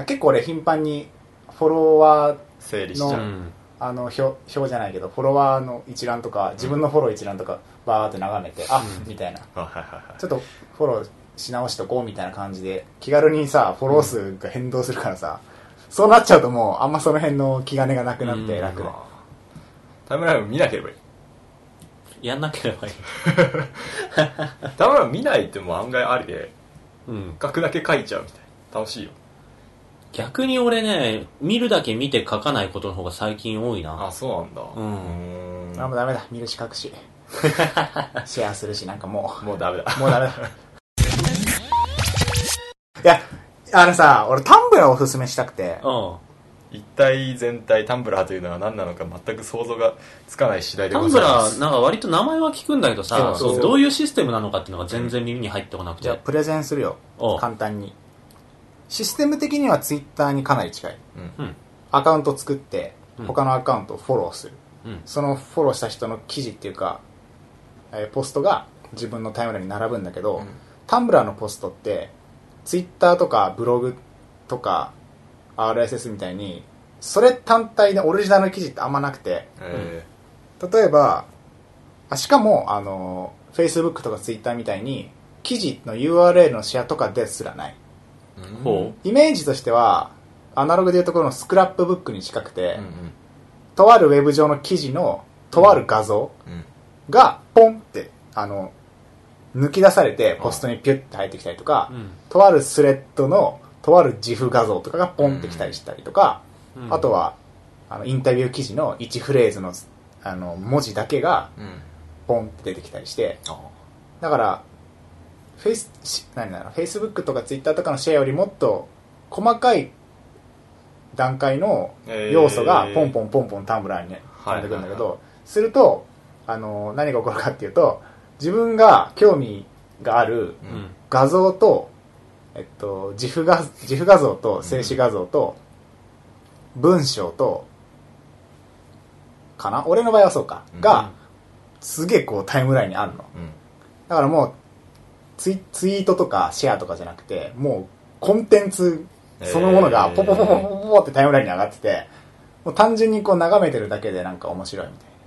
結構俺頻繁にフォロワー整理しちゃう。 表じゃないけど、フォロワーの一覧とか、自分のフォロー一覧とか、バーって眺めて、みたいな。ちょっとフォローし直しとこうみたいな感じで、気軽にさ、フォロー数が変動するからさ、そうなっちゃうともう、あんまその辺の気兼ねがなくなって楽だ。 タイムライン見なければいい。 やんなければいい。 タイムライン見ないっても案外ありで、書くだけ書いちゃうみたいな。楽しいよ。 逆に俺ね、見るだけ見て書かないことの方が最近多いな。 あ、そうなんだ。 もうダメだ。見るし書くし。シェアするし、なんかもうダメだ。 もうダメだ。いや、さ、俺タンブラーをおすすめしたくて。 一体全体タンブラーというのは何なのか全く想像がつかない次第でございます。タンブラー、なんか割と名前は聞くんだけどさ、どういうシステムなのかっていうのが全然耳に入ってこなくて。 じゃあプレゼンするよ。簡単に。システム的にはツイッターにかなり近い。アカウント作って、他のアカウントをフォローする。そのフォローした人の記事っていうか、ポストが自分のタイムラインに並ぶんだけど、タンブラーのポストって、ツイッターとかブログとか RSS みたいにそれ単体でオリジナルの記事ってあんまなくて、例えばしかもFacebook とか Twitter みたいに記事の URL のシェアとかですらない、イメージとしてはアナログでいうところのスクラップブックに近くて、とあるウェブ上の記事のとある画像がポンって抜き出されてポストにピュッて入ってきたりとか、とあるスレッドのとある自負画像とかがポンってきたりしたりとか、あとはインタビュー記事の1フレーズの文字だけがポンって出てきたりして、だからFacebook とか Twitter とかのシェアよりもっと細かい段階の要素がポンポンポンポンタンブラーにね飛んでくるんだけど、すると何が起こるかっていうと、自分が興味がある画像と、自負画像と静止画像と文章とかな、俺の場合はそうか、がすげえこうタイムラインにあるの、だからもうツイートとかシェアとかじゃなくて、もうコンテンツそのものがポポポポポポってタイムラインに上がってて、もう単純にこう眺めてるだけでなんか面白いみたいな。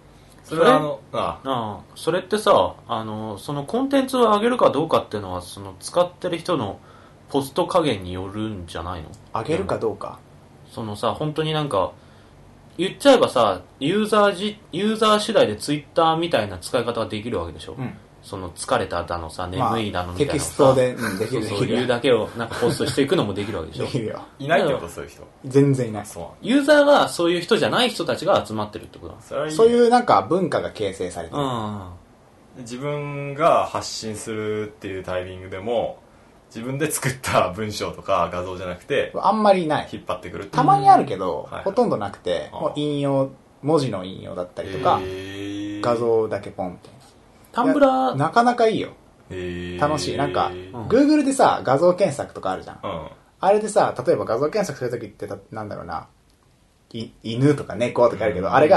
それってさ、そのコンテンツを上げるかどうかっていうのは、その使ってる人のポスト加減によるんじゃないの？ 上げるかどうか、 そのさ、本当になんか言っちゃえばさ、ユーザー次第でツイッターみたいな使い方ができるわけでしょ、その疲れただのさ、眠いだのみたいな、 テキストで、できるそういうだけをなんかポストしていくのもできるわけでしょ。 できるよ。 いないってこと？そういう人全然いない。 ユーザーがそういう人じゃない人たちが集まってるってことだ。そういうなんか文化が形成されてる。 自分が発信するっていうタイミングでも自分で作った文章とか画像じゃなくてあんまりない。 引っ張ってくる。 たまにあるけど、ほとんどなくて、もう文字の引用だったりとか、画像だけポンみたいな。 タンブラーなかなかいいよ。楽しい。なんか、Google でさ、画像検索とかあるじゃん。あれでさ、例えば画像検索するときってなんだろうな、犬とか猫とかあるけど、あれが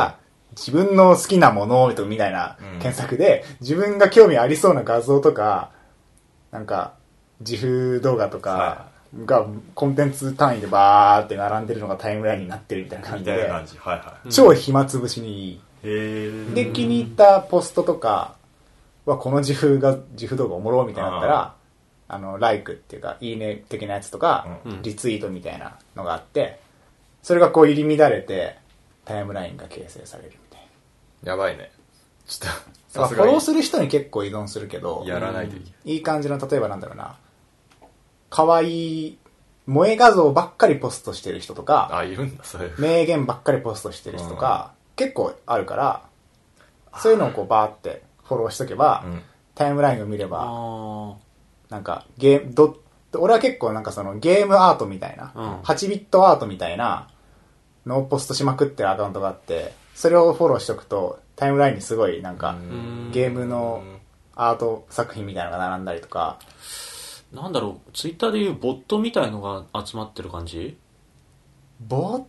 自分の好きなものみたいな検索で、自分が興味ありそうな画像とか、なんか、自負動画とかがコンテンツ単位でバーって並んでるのがタイムラインになってるみたいな感じで、 みたいな感じ。はいはい。 超暇つぶしにいい。で、気に入ったポストとかは、この自負動画おもろみたいになったら、ライクっていうか、いいね的なやつとか、リツイートみたいなのがあって、それがこう入り乱れて、タイムラインが形成されるみたいな。やばいね。ちょっと、 フォローする人に結構依存するけど、 やらないといけない。 いい感じの、例えばなんだろうな、可愛い萌え画像ばっかりポストしてる人とか、 あ、いるんだ、そういう。 名言ばっかりポストしてる人とか、結構あるから、そういうのをこうバーってフォローしとけば、タイムラインを見れば、なんか俺は結構なんかそのゲームアートみたいな、8ビットアートみたいなのをポストしまくってるアカウントがあって、それをフォローしとくと、タイムラインにすごいなんか、ゲームのアート作品みたいなのが並んだりとか、 なんだろう、ツイッターでいうボットみたいのが集まってる感じ？ ちょ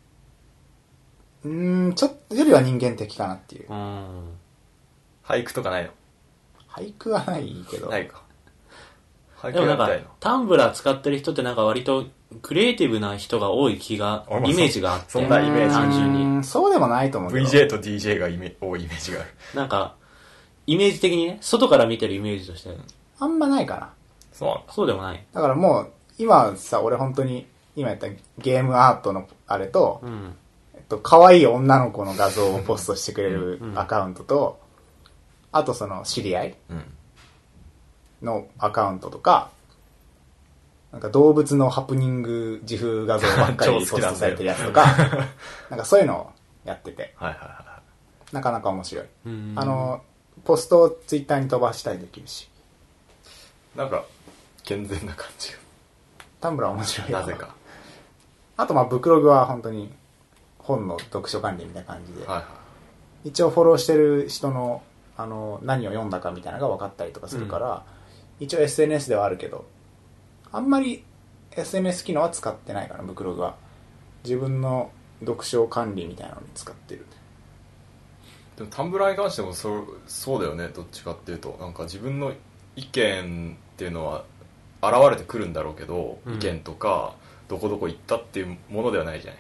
っとよりは人間的かなっていう。 俳句とかないの？ 俳句はないけど。 ないか。俳でもなんか句やりたいの？ タンブラー使ってる人ってなんか割とクリエイティブな人が多いイメージがあって。 そんなイメージ。 単純に。 そうでもないと思うけど。 VJ と DJ が多いイメージがある。 なんか、イメージ的にね、外から見てるイメージとして。 あんまないかな。 そうなんだ。 そうでもない。 だからもう、今さ、俺本当に、今やったゲームアートのあれと、可愛い女の子の画像をポストしてくれるアカウントと、あとその知り合いのアカウントとか、なんか動物のハプニング自負画像ばっかりポストされてるやつとか、なんかそういうのをやってて、なかなか面白い。ポストをツイッターに飛ばしたりできるし。 なんか、健全な感じが。 タンブラー面白いよ。 なぜか。 あとブクログは本当に本の読書管理みたいな感じで、一応フォローしてる人の何を読んだかみたいなのが分かったりとかするから、一応 SNS ではあるけど、あんまり SNS 機能は使ってないかな、ブクログは。自分の読書管理みたいなのに使ってる。 でもタンブラーに関してもそうだよね、どっちかっていうと。なんか自分の意見っていうのは現れてくるんだろうけど、意見とかどこどこ行ったっていうものではないじゃない。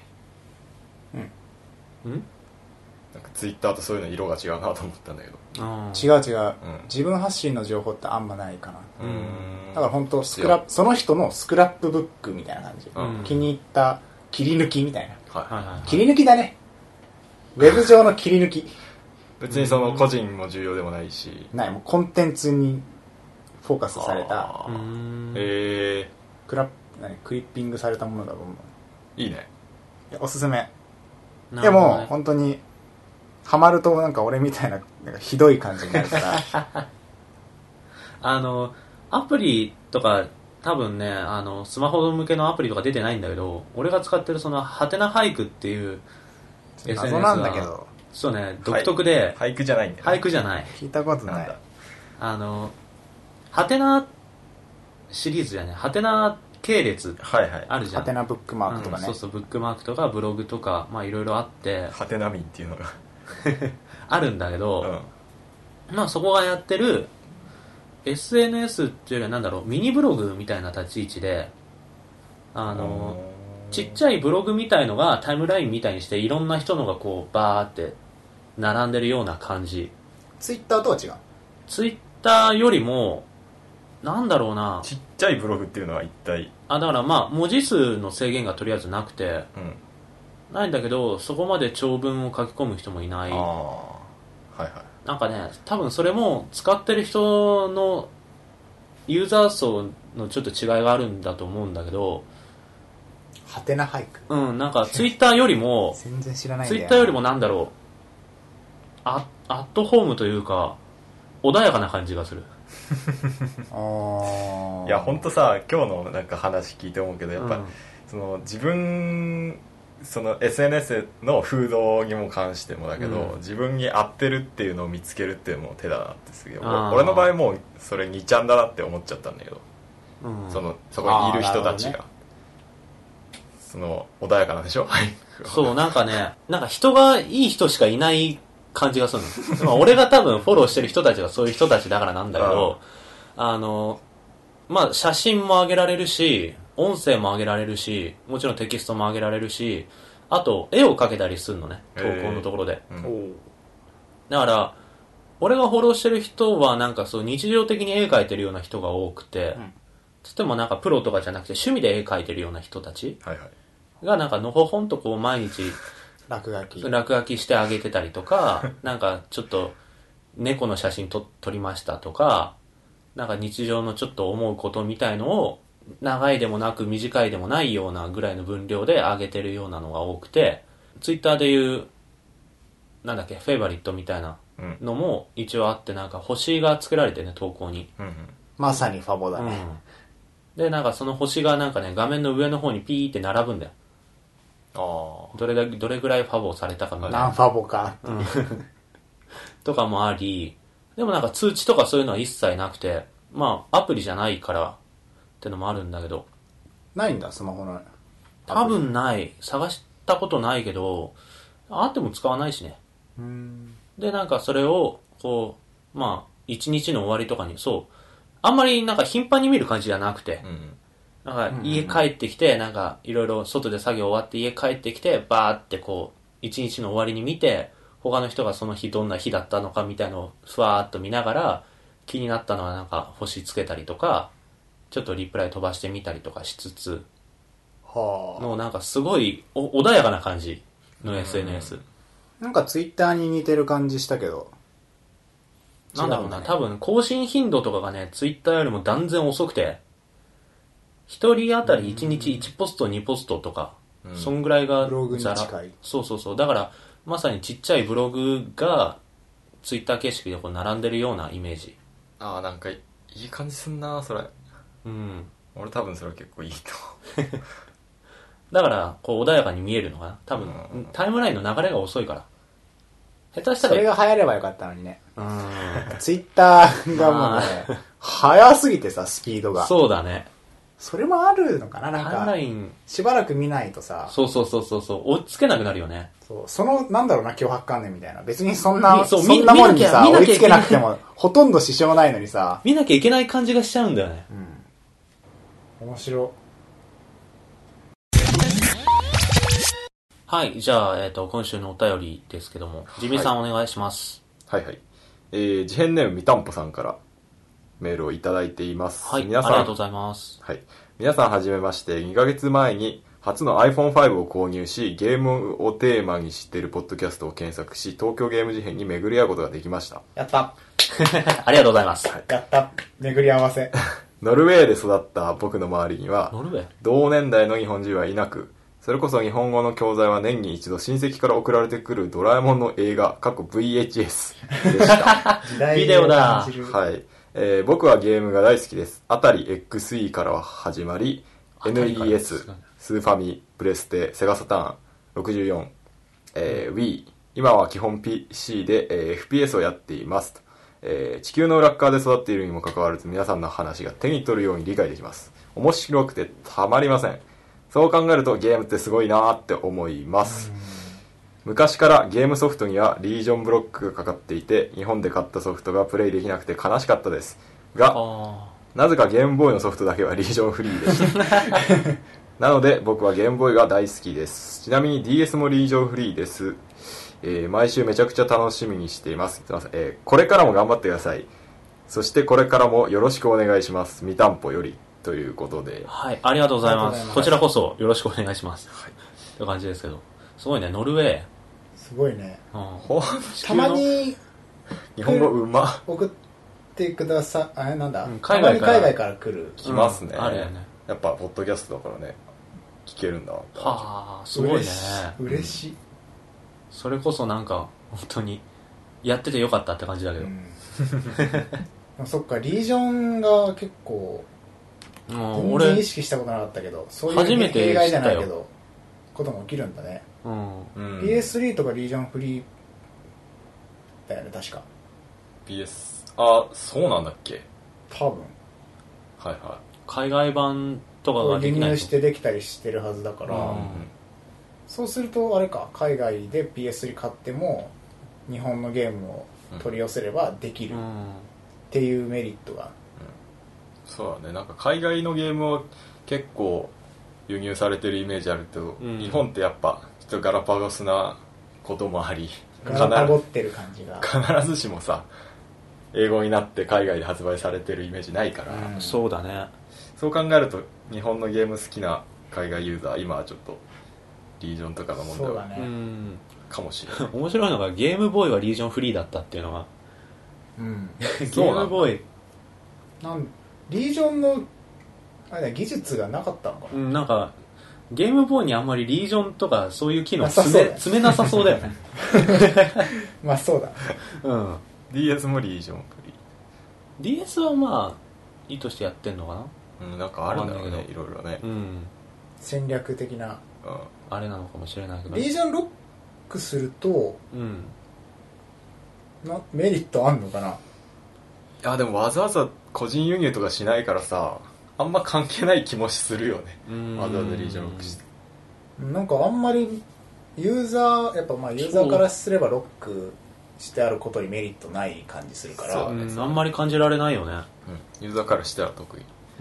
なんかツイッターとそういうの色が違うなと思ったんだけど。 違う、自分発信の情報ってあんまないかな。だから本当その人のスクラップブックみたいな感じ、気に入った切り抜きみたいな、切り抜きだね。ウェブ上の切り抜き。 別にその個人も重要でもないし、 ない、もうコンテンツにフォーカスされたクリッピングされたものがいいね。 おすすめ。でも本当にハマるとなんか俺みたいな、なんかひどい感じになるからアプリとか多分ね、スマホ向けのアプリとか出てないんだけど、俺が使ってるそのハテナ俳句っていう SNS 謎なんだけど、 そうね、独特で、 俳句じゃないんだよね。 俳句じゃない、 聞いたことない。 ハテナシリーズじゃね、ハテナ系列あるじゃん。 ハテナブックマークとかね、 そうそう、ブックマークとかブログとか、まあいろいろあって、 ハテナ民っていうのがあるんだけど、まあそこがやってる SNS っていうよりはなんだろう、ミニブログみたいな立ち位置で、ちっちゃいブログみたいのがタイムラインみたいにしていろんな人のがこうバーって並んでるような感じ。 ツイッターとは違う。 ツイッターよりもなんだろうな、 ちっちゃいブログっていうのは一体だからまあ文字数の制限がとりあえずなくて、ないんだけどそこまで長文を書き込む人もいない。なんかね、多分それも使ってる人のユーザー層のちょっと違いがあるんだと思うんだけど、 ハテナ俳句、 なんかツイッターよりも全然知らないんだよ。 ツイッターよりもなんだろう、アットホームというか穏やかな感じがするいや本当さ、今日のなんか話聞いて思うけど、やっぱ、その自分その SNS の風土にも関してもだけど、自分に合ってるっていうのを見つけるっていうのも手だなってすげえ、俺の場合もうそれ2ちゃんだなって思っちゃったんだけど、そこにいる人たちが、 その穏やかなんでしょそうなんかね、なんか人がいい人しかいない感じがするの。まあ俺が多分フォローしてる人たちがそういう人たちだからなんだけど、まあ写真も上げられるし、音声も上げられるし、もちろんテキストも上げられるし、あと絵を描けたりするのね、投稿のところで。だから、俺がフォローしてる人はなんかそう日常的に絵描いてるような人が多くて、つってもなんかプロとかじゃなくて趣味で絵描いてるような人たちがなんかのほほんとこう毎日落書きしてあげてたりとか、なんかちょっと猫の写真撮りましたとか、なんか日常のちょっと思うことみたいのを長いでもなく短いでもないようなぐらいの分量で上げてるようなのが多くて、ツイッターでいうなんだっけフェイバリットみたいなのも一応あって、なんか星がつけられてね、投稿に、 まさにファボだね、 でなんかその星がなんかね画面の上の方にピーって並ぶんだよ。どれぐらいファボされたかみたいな、 何ファボか、 とかもあり、でもなんか通知とかそういうのは一切なくて、まあアプリじゃないからってのもあるんだけど、 ないんだスマホの多分ない、探したことないけどあっても使わないしね。でなんかそれをこうまあ一日の終わりとかに、そうあんまりなんか頻繁に見る感じじゃなくて、なんか家帰ってきてなんかいろいろ外で作業終わって家帰ってきてバーってこう一日の終わりに見て、他の人がその日どんな日だったのかみたいのをふわーっと見ながら、気になったのはなんか星つけたりとか、ちょっとリプライ飛ばしてみたりとかしつつの、なんかすごい穏やかな感じの SNS。 なんかツイッターに似てる感じしたけど、 なんだろうな、多分更新頻度とかがねツイッターよりも断然遅くて、一人当たり1日1ポスト2ポストとか、そんぐらいがブログに近い。 そうだからまさにちっちゃいブログがツイッター形式でこう並んでるようなイメージ。 なんかいい感じすんなそれ。俺多分それ結構いいとだからこう穏やかに見えるのかな多分、タイムラインの流れが遅いから。下手したらそれが流行ればよかったのにね。ツイッターがもうね早すぎてさ、スピードが。 そうだね。 それもあるのかな、なんタイムかラインしばらく見ないとさ、 そう追いつけなくなるよね。 そのなんだろうな、脅迫観念みたいな、別にそんなもんにさ見なきゃ追いつけなくてもほとんど支障ないのにさ、 見なきゃいけない感じがしちゃうんだよね。 面白。 はい、じゃあ、今週のお便りですけども、ジミーさんお願いします。 はいはい。事変ネームみたんぽさんからメールをいただいています。 はい、ありがとうございます。 はい。皆さんはじめまして、2ヶ月前に初の iPhone5 を購入し、ゲームをテーマにしているポッドキャストを検索し、東京ゲーム事変に巡り合うことができました。 やったありがとうございます。 やった巡り合わせ。 ノルウェーで育った僕の周りには、 ノルウェー同年代の日本人はいなく、それこそ日本語の教材は年に一度親戚から送られてくるドラえもんの映画、過去 VHS でした。 ビデオだ。 はい。僕はゲームが大好きです。あたり XE からは始まり、NES、スーファミ、プレステ、セガサターン、64、Wii、今は基本 PC で、FPS をやっていますと。地球の裏側で育っているにもかかわらず皆さんの話が手に取るように理解できます。面白くてたまりません。そう考えるとゲームってすごいなーって思います。昔からゲームソフトにはリージョンブロックがかかっていて、日本で買ったソフトがプレイできなくて悲しかったですが、なぜかゲームボーイのソフトだけはリージョンフリーでしたなので僕はゲームボーイが大好きです。ちなみに DS もリージョンフリーです。毎週めちゃくちゃ楽しみにしています。すいません。これからも頑張ってください。そしてこれからもよろしくお願いします。みたんぽよりということで、 はい、ありがとうございます。こちらこそよろしくお願いします。はい、という感じですけど、すごいね、ノルウェー。 すごいね。 たまに日本語うま送ってください。なんだ、 海外から来る。 来ますね。 あるよね。 やっぱポッドキャストだからね、聞けるんだ。 すごいね。 嬉しい。 それこそなんか本当にやっててよかったって感じだけど。 そっか、リージョンが結構全然意識したことなかったけど、そういう弊害じゃないけどことも起きるんだね。PS3 とかリージョンフリーだよね、確か。 PS、そうなんだっけ。 多分。 はいはい。 海外版とかがで輸きない入してできたりしてるはずだから、そうするとあれか、海外で PS3 買っても日本のゲームを取り寄せればできるっていうメリットが、 そうだね。なんか海外のゲームは結構輸入されてるイメージあるけど、日本ってやっぱちょっとガラパゴスなこともあり、 ガラパゴってる感じが必ずしもさ英語になって海外で発売されてるイメージないから、 そうだね。 そう考えると日本のゲーム好きな海外ユーザー今はちょっとリージョンとかの問題はかもしれない。 面白いのがゲームボーイはリージョンフリーだったっていうのが、ゲームボーイリージョンのあれ技術がなかったのかな、 なんかゲームボーイにあんまりリージョンとかそういう機能詰めなさそうだよね。 まあそうだ、 DS もリージョンフリー。 DS はまあ意図してやってんのかな、 なんかあるんだろうね、いろいろね、 戦略的な、 あれなのかもしれないけど、 リージョンロックすると、メリットあんのかな。いやでもわざわざ個人輸入とかしないからさ、あんま関係ない気もするよね、わざわざリージョンロックして。 なんかあんまりユーザーからすればロックしてあることにメリットない感じするから、 あんまり感じられないよね、 ユーザーからしたら得意。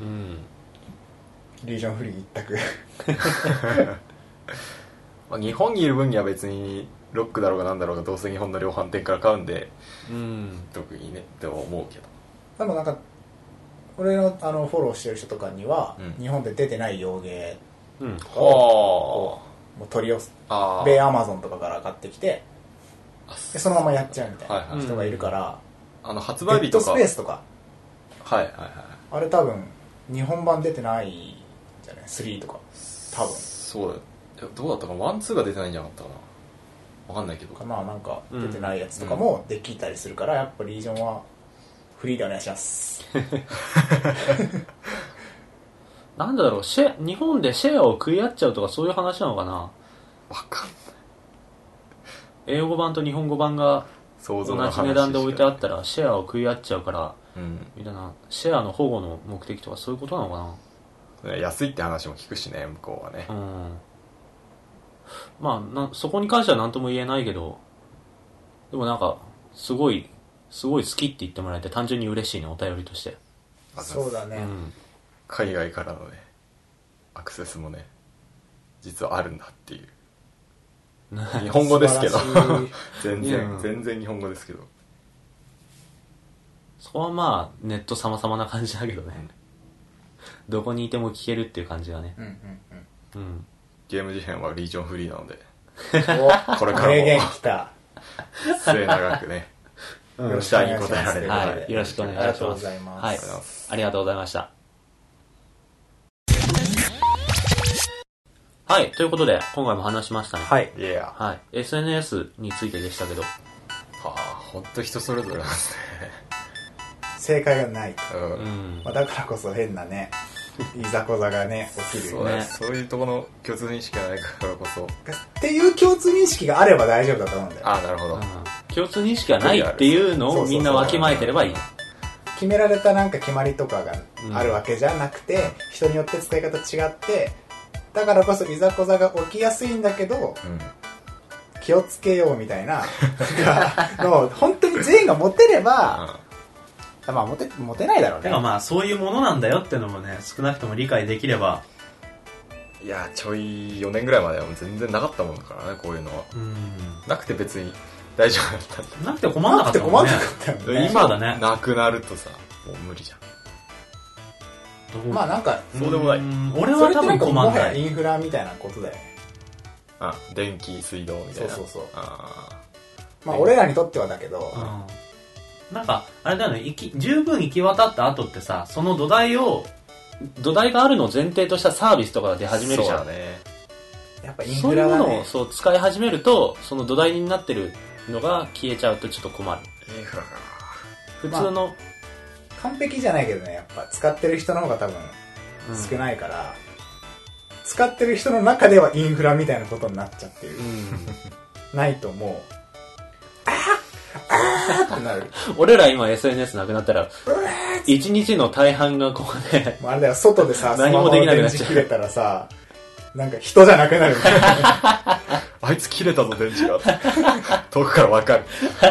リージョンフリー一択。 まあ日本にいる分には別にロックだろうがなんだろうがどうせ日本の量販店から買うんで、特にねって思うけど、 でもなんか俺のフォローしてる人とかには、日本で出てない洋芸とかをもう取り寄せ、米アマゾンとかから買ってきてでそのままやっちゃうみたいな人がいるから、 発売日とかデッドスペースとか、あれ多分日本版出てないんじゃない、3とか多分そうだよ。どうだったかな、ワンツーが出てないんじゃなかったかな、わかんないけどかな、なんか出てないやつとかもできたりするから、やっぱリージョンはフリーでお願いします。 なんだろう、日本でシェアを食い合っちゃうとかそういう話なのかな。 わかんない。 英語版と日本語版が同じ値段で置いてあったらシェアを食い合っちゃうから、みたいな、シェアの保護の目的とかそういうことなのかな。 安いって話も聞くしね、向こうはね。 まあそこに関しては何とも言えないけど、でもなんかすごい好きって言ってもらえて単純に嬉しいね、お便りとして。 そうだね、 海外からのねアクセスもね実はあるんだっていう。日本語ですけど全然日本語ですけど、 そこはまあネット様々な感じだけどね、どこにいても聞けるっていう感じがね。 ゲーム事変はリージョンフリーなのでこれからも名言来た末永くね期待に応えられるのでよろしくお願いします。ありがとうございました。はい、ということで今回も話しましたね。 はい、 SNS についてでしたけど、 本当人それぞれなんですね。 正解がないと、だからこそ変なねいざこざがね起きるよね。 そういうところの共通認識がないからこそっていう共通認識があれば大丈夫だと思うんだよ。 なるほど、 共通認識がないっていうのをみんなわきまえてればいい。 決められたなんか決まりとかがあるわけじゃなくて、人によって使い方違って、だからこそいざこざが起きやすいんだけど、気をつけようみたいなのを本当に全員が持てれば、まあ持てないだろうね。 でもまあそういうものなんだよってのもね、少なくとも理解できれば。 いやちょい4年ぐらいまでは全然なかったもんだからね、こういうのは。なくて別に大丈夫だったんだ。 なくて困んなかったもんね。 今だね。なくなるとさ、もう無理じゃん。 まあなんかそうでもない。 俺は多分困んない。 もはやインフラみたいなことだよね。 電気水道みたいな。 そうまあ俺らにとってはだけど、 なんかあれだよね、十分行き渡った後ってさ、その土台があるのを前提としたサービスとかが出始めるじゃん。 そうだね。 やっぱインフラがね、 そういうものを使い始めると、その土台になってるのが消えちゃうとちょっと困る。 インフラか。 普通の、 完璧じゃないけどね、やっぱ使ってる人の方が多分少ないから、使ってる人の中ではインフラみたいなことになっちゃってる。ないともう、あーってなる。 俺ら今 SNS なくなったら、 一日の大半がここであれだよ、外でさ、 何もできなくなっちゃうスマホの電池切れたらさ、なんか人じゃなくなるみたいな。 あいつ切れたぞ、電池が。遠くからわかる。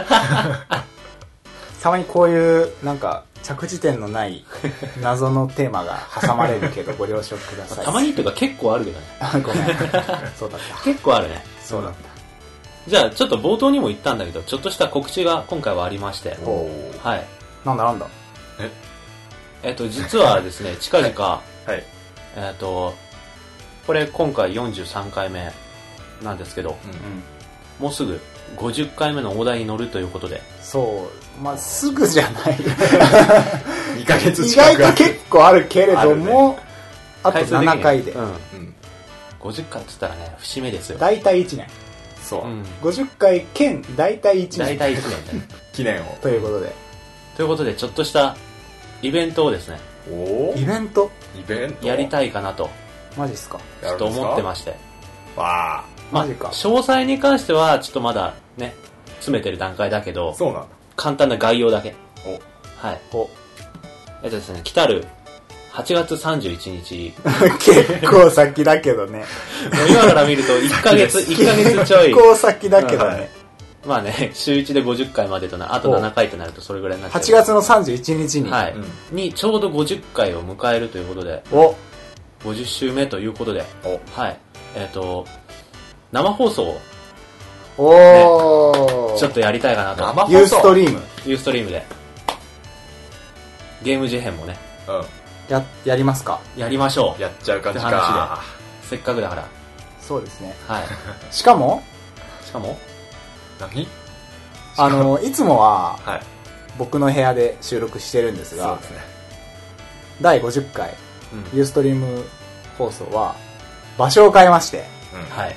たまにこういう、なんか、着地点のない謎のテーマが挟まれるけど、ご了承ください。 たまにっていうか結構あるけどね。 あ、ごめん。そうだった。 結構あるね。 そうだった。 じゃあちょっと冒頭にも言ったんだけど、ちょっとした告知が今回はありまして。 おはい。 なんだなんだ。 実はですね、近々、 はい。 これ今回43回目なんですけど、もうすぐ50回目の大台に乗るということで。 そう。まあ、すぐじゃない。 2ヶ月意近く。 外と結構あるけれども、あと回数的に 7回で。 うん。 50回って言ったらね、節目ですよ。 大体1年。 そう。 50回兼大体1年。 大体1年ね。 記念を。 ということで。 ということで、ちょっとしたイベントをですね、 おイベントイベントやりたいかなと、 マジっすか。 ちょっと思ってまして。 わマジか。 詳細に関しては、ちょっとまだね、詰めてる段階だけどー。、そうなんだ。 簡単な概要だけ。 おはい。 おですね、来たる8月31日、 結構先だけどね。 もう今から見ると1ヶ月ちょい結、構先だけどはいね。 まあね、週1で50回までとな、あと7回となるとそれぐらいになっちゃう。 8月の31日に。 はい、 うんにちょうど50回を迎えるということで、 お 50週目ということで、 おはい。生放送をおー。 ちょっとやりたいかなと。 生放送ユーストリーム。 ユーストリームで。ゲーム事変もね、 うやりますか。 やりましょん。やっちゃう感じってか。 う。せっかくだから。 そうですね。 はい。 しかも、 しかも、 何いつもははい。 僕の部屋で収録してるんですがそうで、すね。 第50回うん。 ユーストリーム放送は場所を変えまして、 うん。 はい。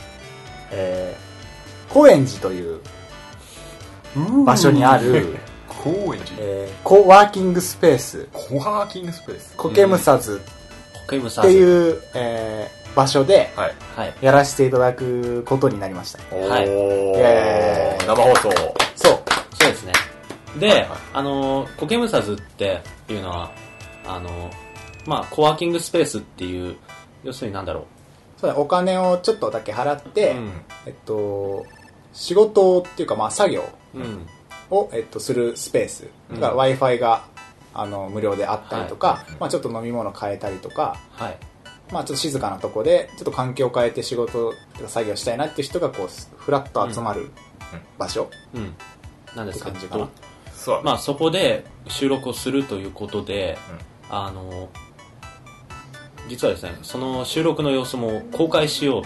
高円寺という場所にある、 高円寺コワーキングスペース、 コワーキングスペース。 コケムサズコケムサってーズ。 いう、場所ではい。 はい。 やらせていただくことになりました。 はいおー。 イエーイ生放送。 そう。 そうですね。ではい、 コケムサズっていうのは、まあ、コワーキングスペースっていう、要するになんだろそうだ、お金をちょっとだけ払って、 う。 仕事っていうか、まあ、作業うん。 を、するスペース。だから Wi-Fi が、無料であったりとか、 はいまあ、ちょっと飲み物変えたりとか、 はい。 まあ、ちょっと静かなとこで、ちょっと環境を変えて仕事とか作業したいなっていう人が、こう、ふらっと集まる場所うん。なんですけって感じかなど、 そう。 まあ、そこで収録をするということで、実はですね、その収録の様子も公開しようと。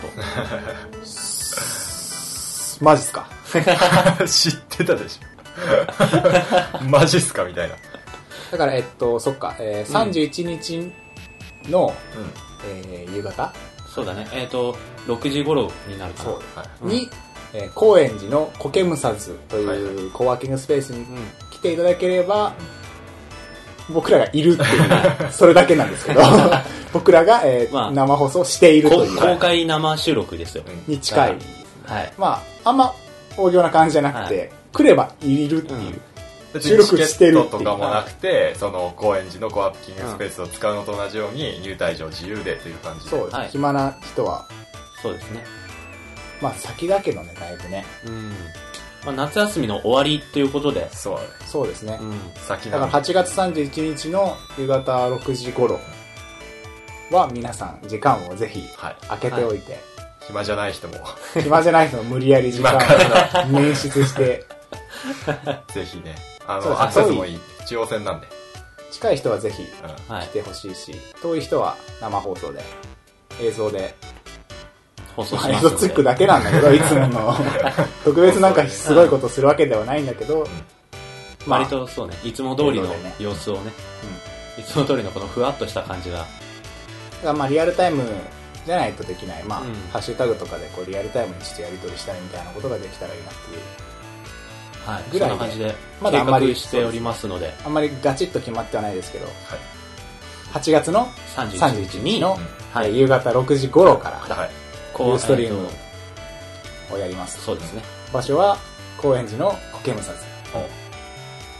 マジっすか。 知ってたでしょ。マジっすかみたいな。 だから、そっか、31日の、 うん。 夕方そうだね。6時頃になるかな。 そうはい。 に、高円寺のコケムサズというコワーキングスペースに来ていただければ、僕らがいるっていう、それだけなんですけど、僕らが、 まあ生放送しているという、 公開生収録ですよ。 に近い。 はい。 まあ、あんま大行な感じじゃなくて、 は来ればいるっていう。 別収録してるっていうチケットとかもなくて、その高円寺のコワーキングスペースを使うのと同じように入退場自由でという感じで。 そうです、 はい暇な人は、 そうですね。 まあ先だけどね、だいぶね。 うん。まあ、夏休みの終わりっていうことで、 そうだね。 そうですね。 うん。 だから先なの。 8月31日の夕方6時頃は皆さん時間をぜひはい。 空けておいて、 暇じゃない人も、 暇じゃない人も無理やり時間を捻出して、 ぜひね、 そうですねアクセスもいい。中央線なんで。 近い人はぜひはい。 来てほしいし、遠い人は生放送で、映像で、 放送まあ映しますので。 像つくだけなんだけど、いつもの、特別なんかすごいことするわけではないんだけど、まあ割とそうね、いつも通りの映像でね様子をね、いつも通りのこのふわっとした感じが、 だからまあリアルタイムじゃないとできない、まあ、 うんハッシュタグとかでこうリアルタイムにちょっとやり取りしたりみたいなことができたらいいなっていう。 はい。 ぐらいでそんな感じで、 まだあんまり計画しておりますので、 あんまりガチッと決まってはないですけど、 はい。 8月の 31 31 日に、 日の、 はい夕方6時頃から、 はい。 こユーストリームとをやります。 そうですね。 場所は高円寺のコケムサズ。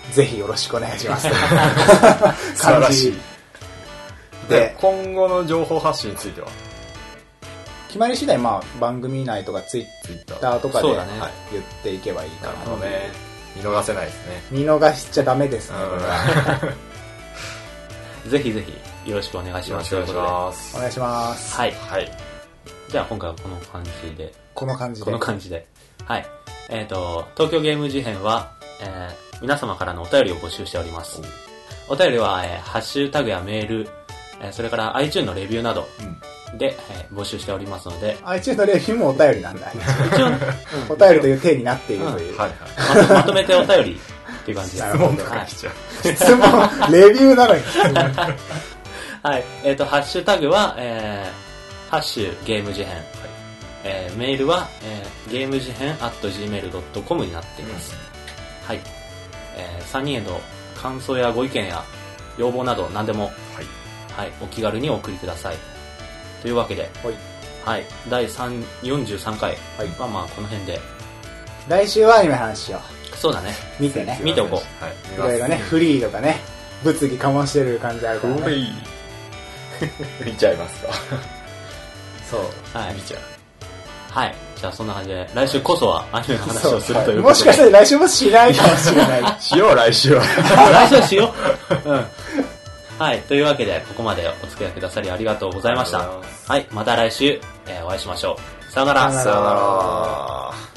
ぜひよろしくお願いします素晴らしい。 で今後の情報発信については決まり次第まあ番組内とかツイッターとかでそうだね言っていけばいいかななるほどね。見逃せないですね。 見逃しちゃダメですね、 ぜひぜひよろしくお願いします。 よろしくお願いします。 お願いしますはい。 はい。 じゃあ今回はこの感じで。 この感じでこの感じで。はい。東京ゲーム事変は、皆様からのお便りを募集しております。お便りは、ハッシュタグやメール、それから iTunes のレビューなどで、募集しておりますので、 iTunes のレビューもお便りなんだ一応、 お便りという体になっているという、 はいはい。 まとめてお便りっていう感じです。 なるほどとか来ちゃう。 質問レビューなのに質問はい。ハッシュタグは、ハッシュゲーム事変。メールは、ゲーム事変 @gmail.com になっています。はい。3人への感想やご意見や要望など何でも、はい、お気軽にお送りください。というわけで、はい、第43回はまあこの辺で。 来週はアニメの話しよそうだね。 見てね。 見ておこう。はい。 いろいろね、フリーとかね、物議醸してる感じあるからね。 見ちゃいますか。 そう。 はい。 見ちゃう。 はい。じゃあそんな感じで、来週こそはアニメの話をするということで。 もしかしたら来週もしないかもしれない。 しよう、来週は。 来週しよう。うん。はい。というわけで、ここまでお付き合いくださりありがとうございました。はい。また来週、お会いしましょう。さよなら。 さよなら。 さよなら。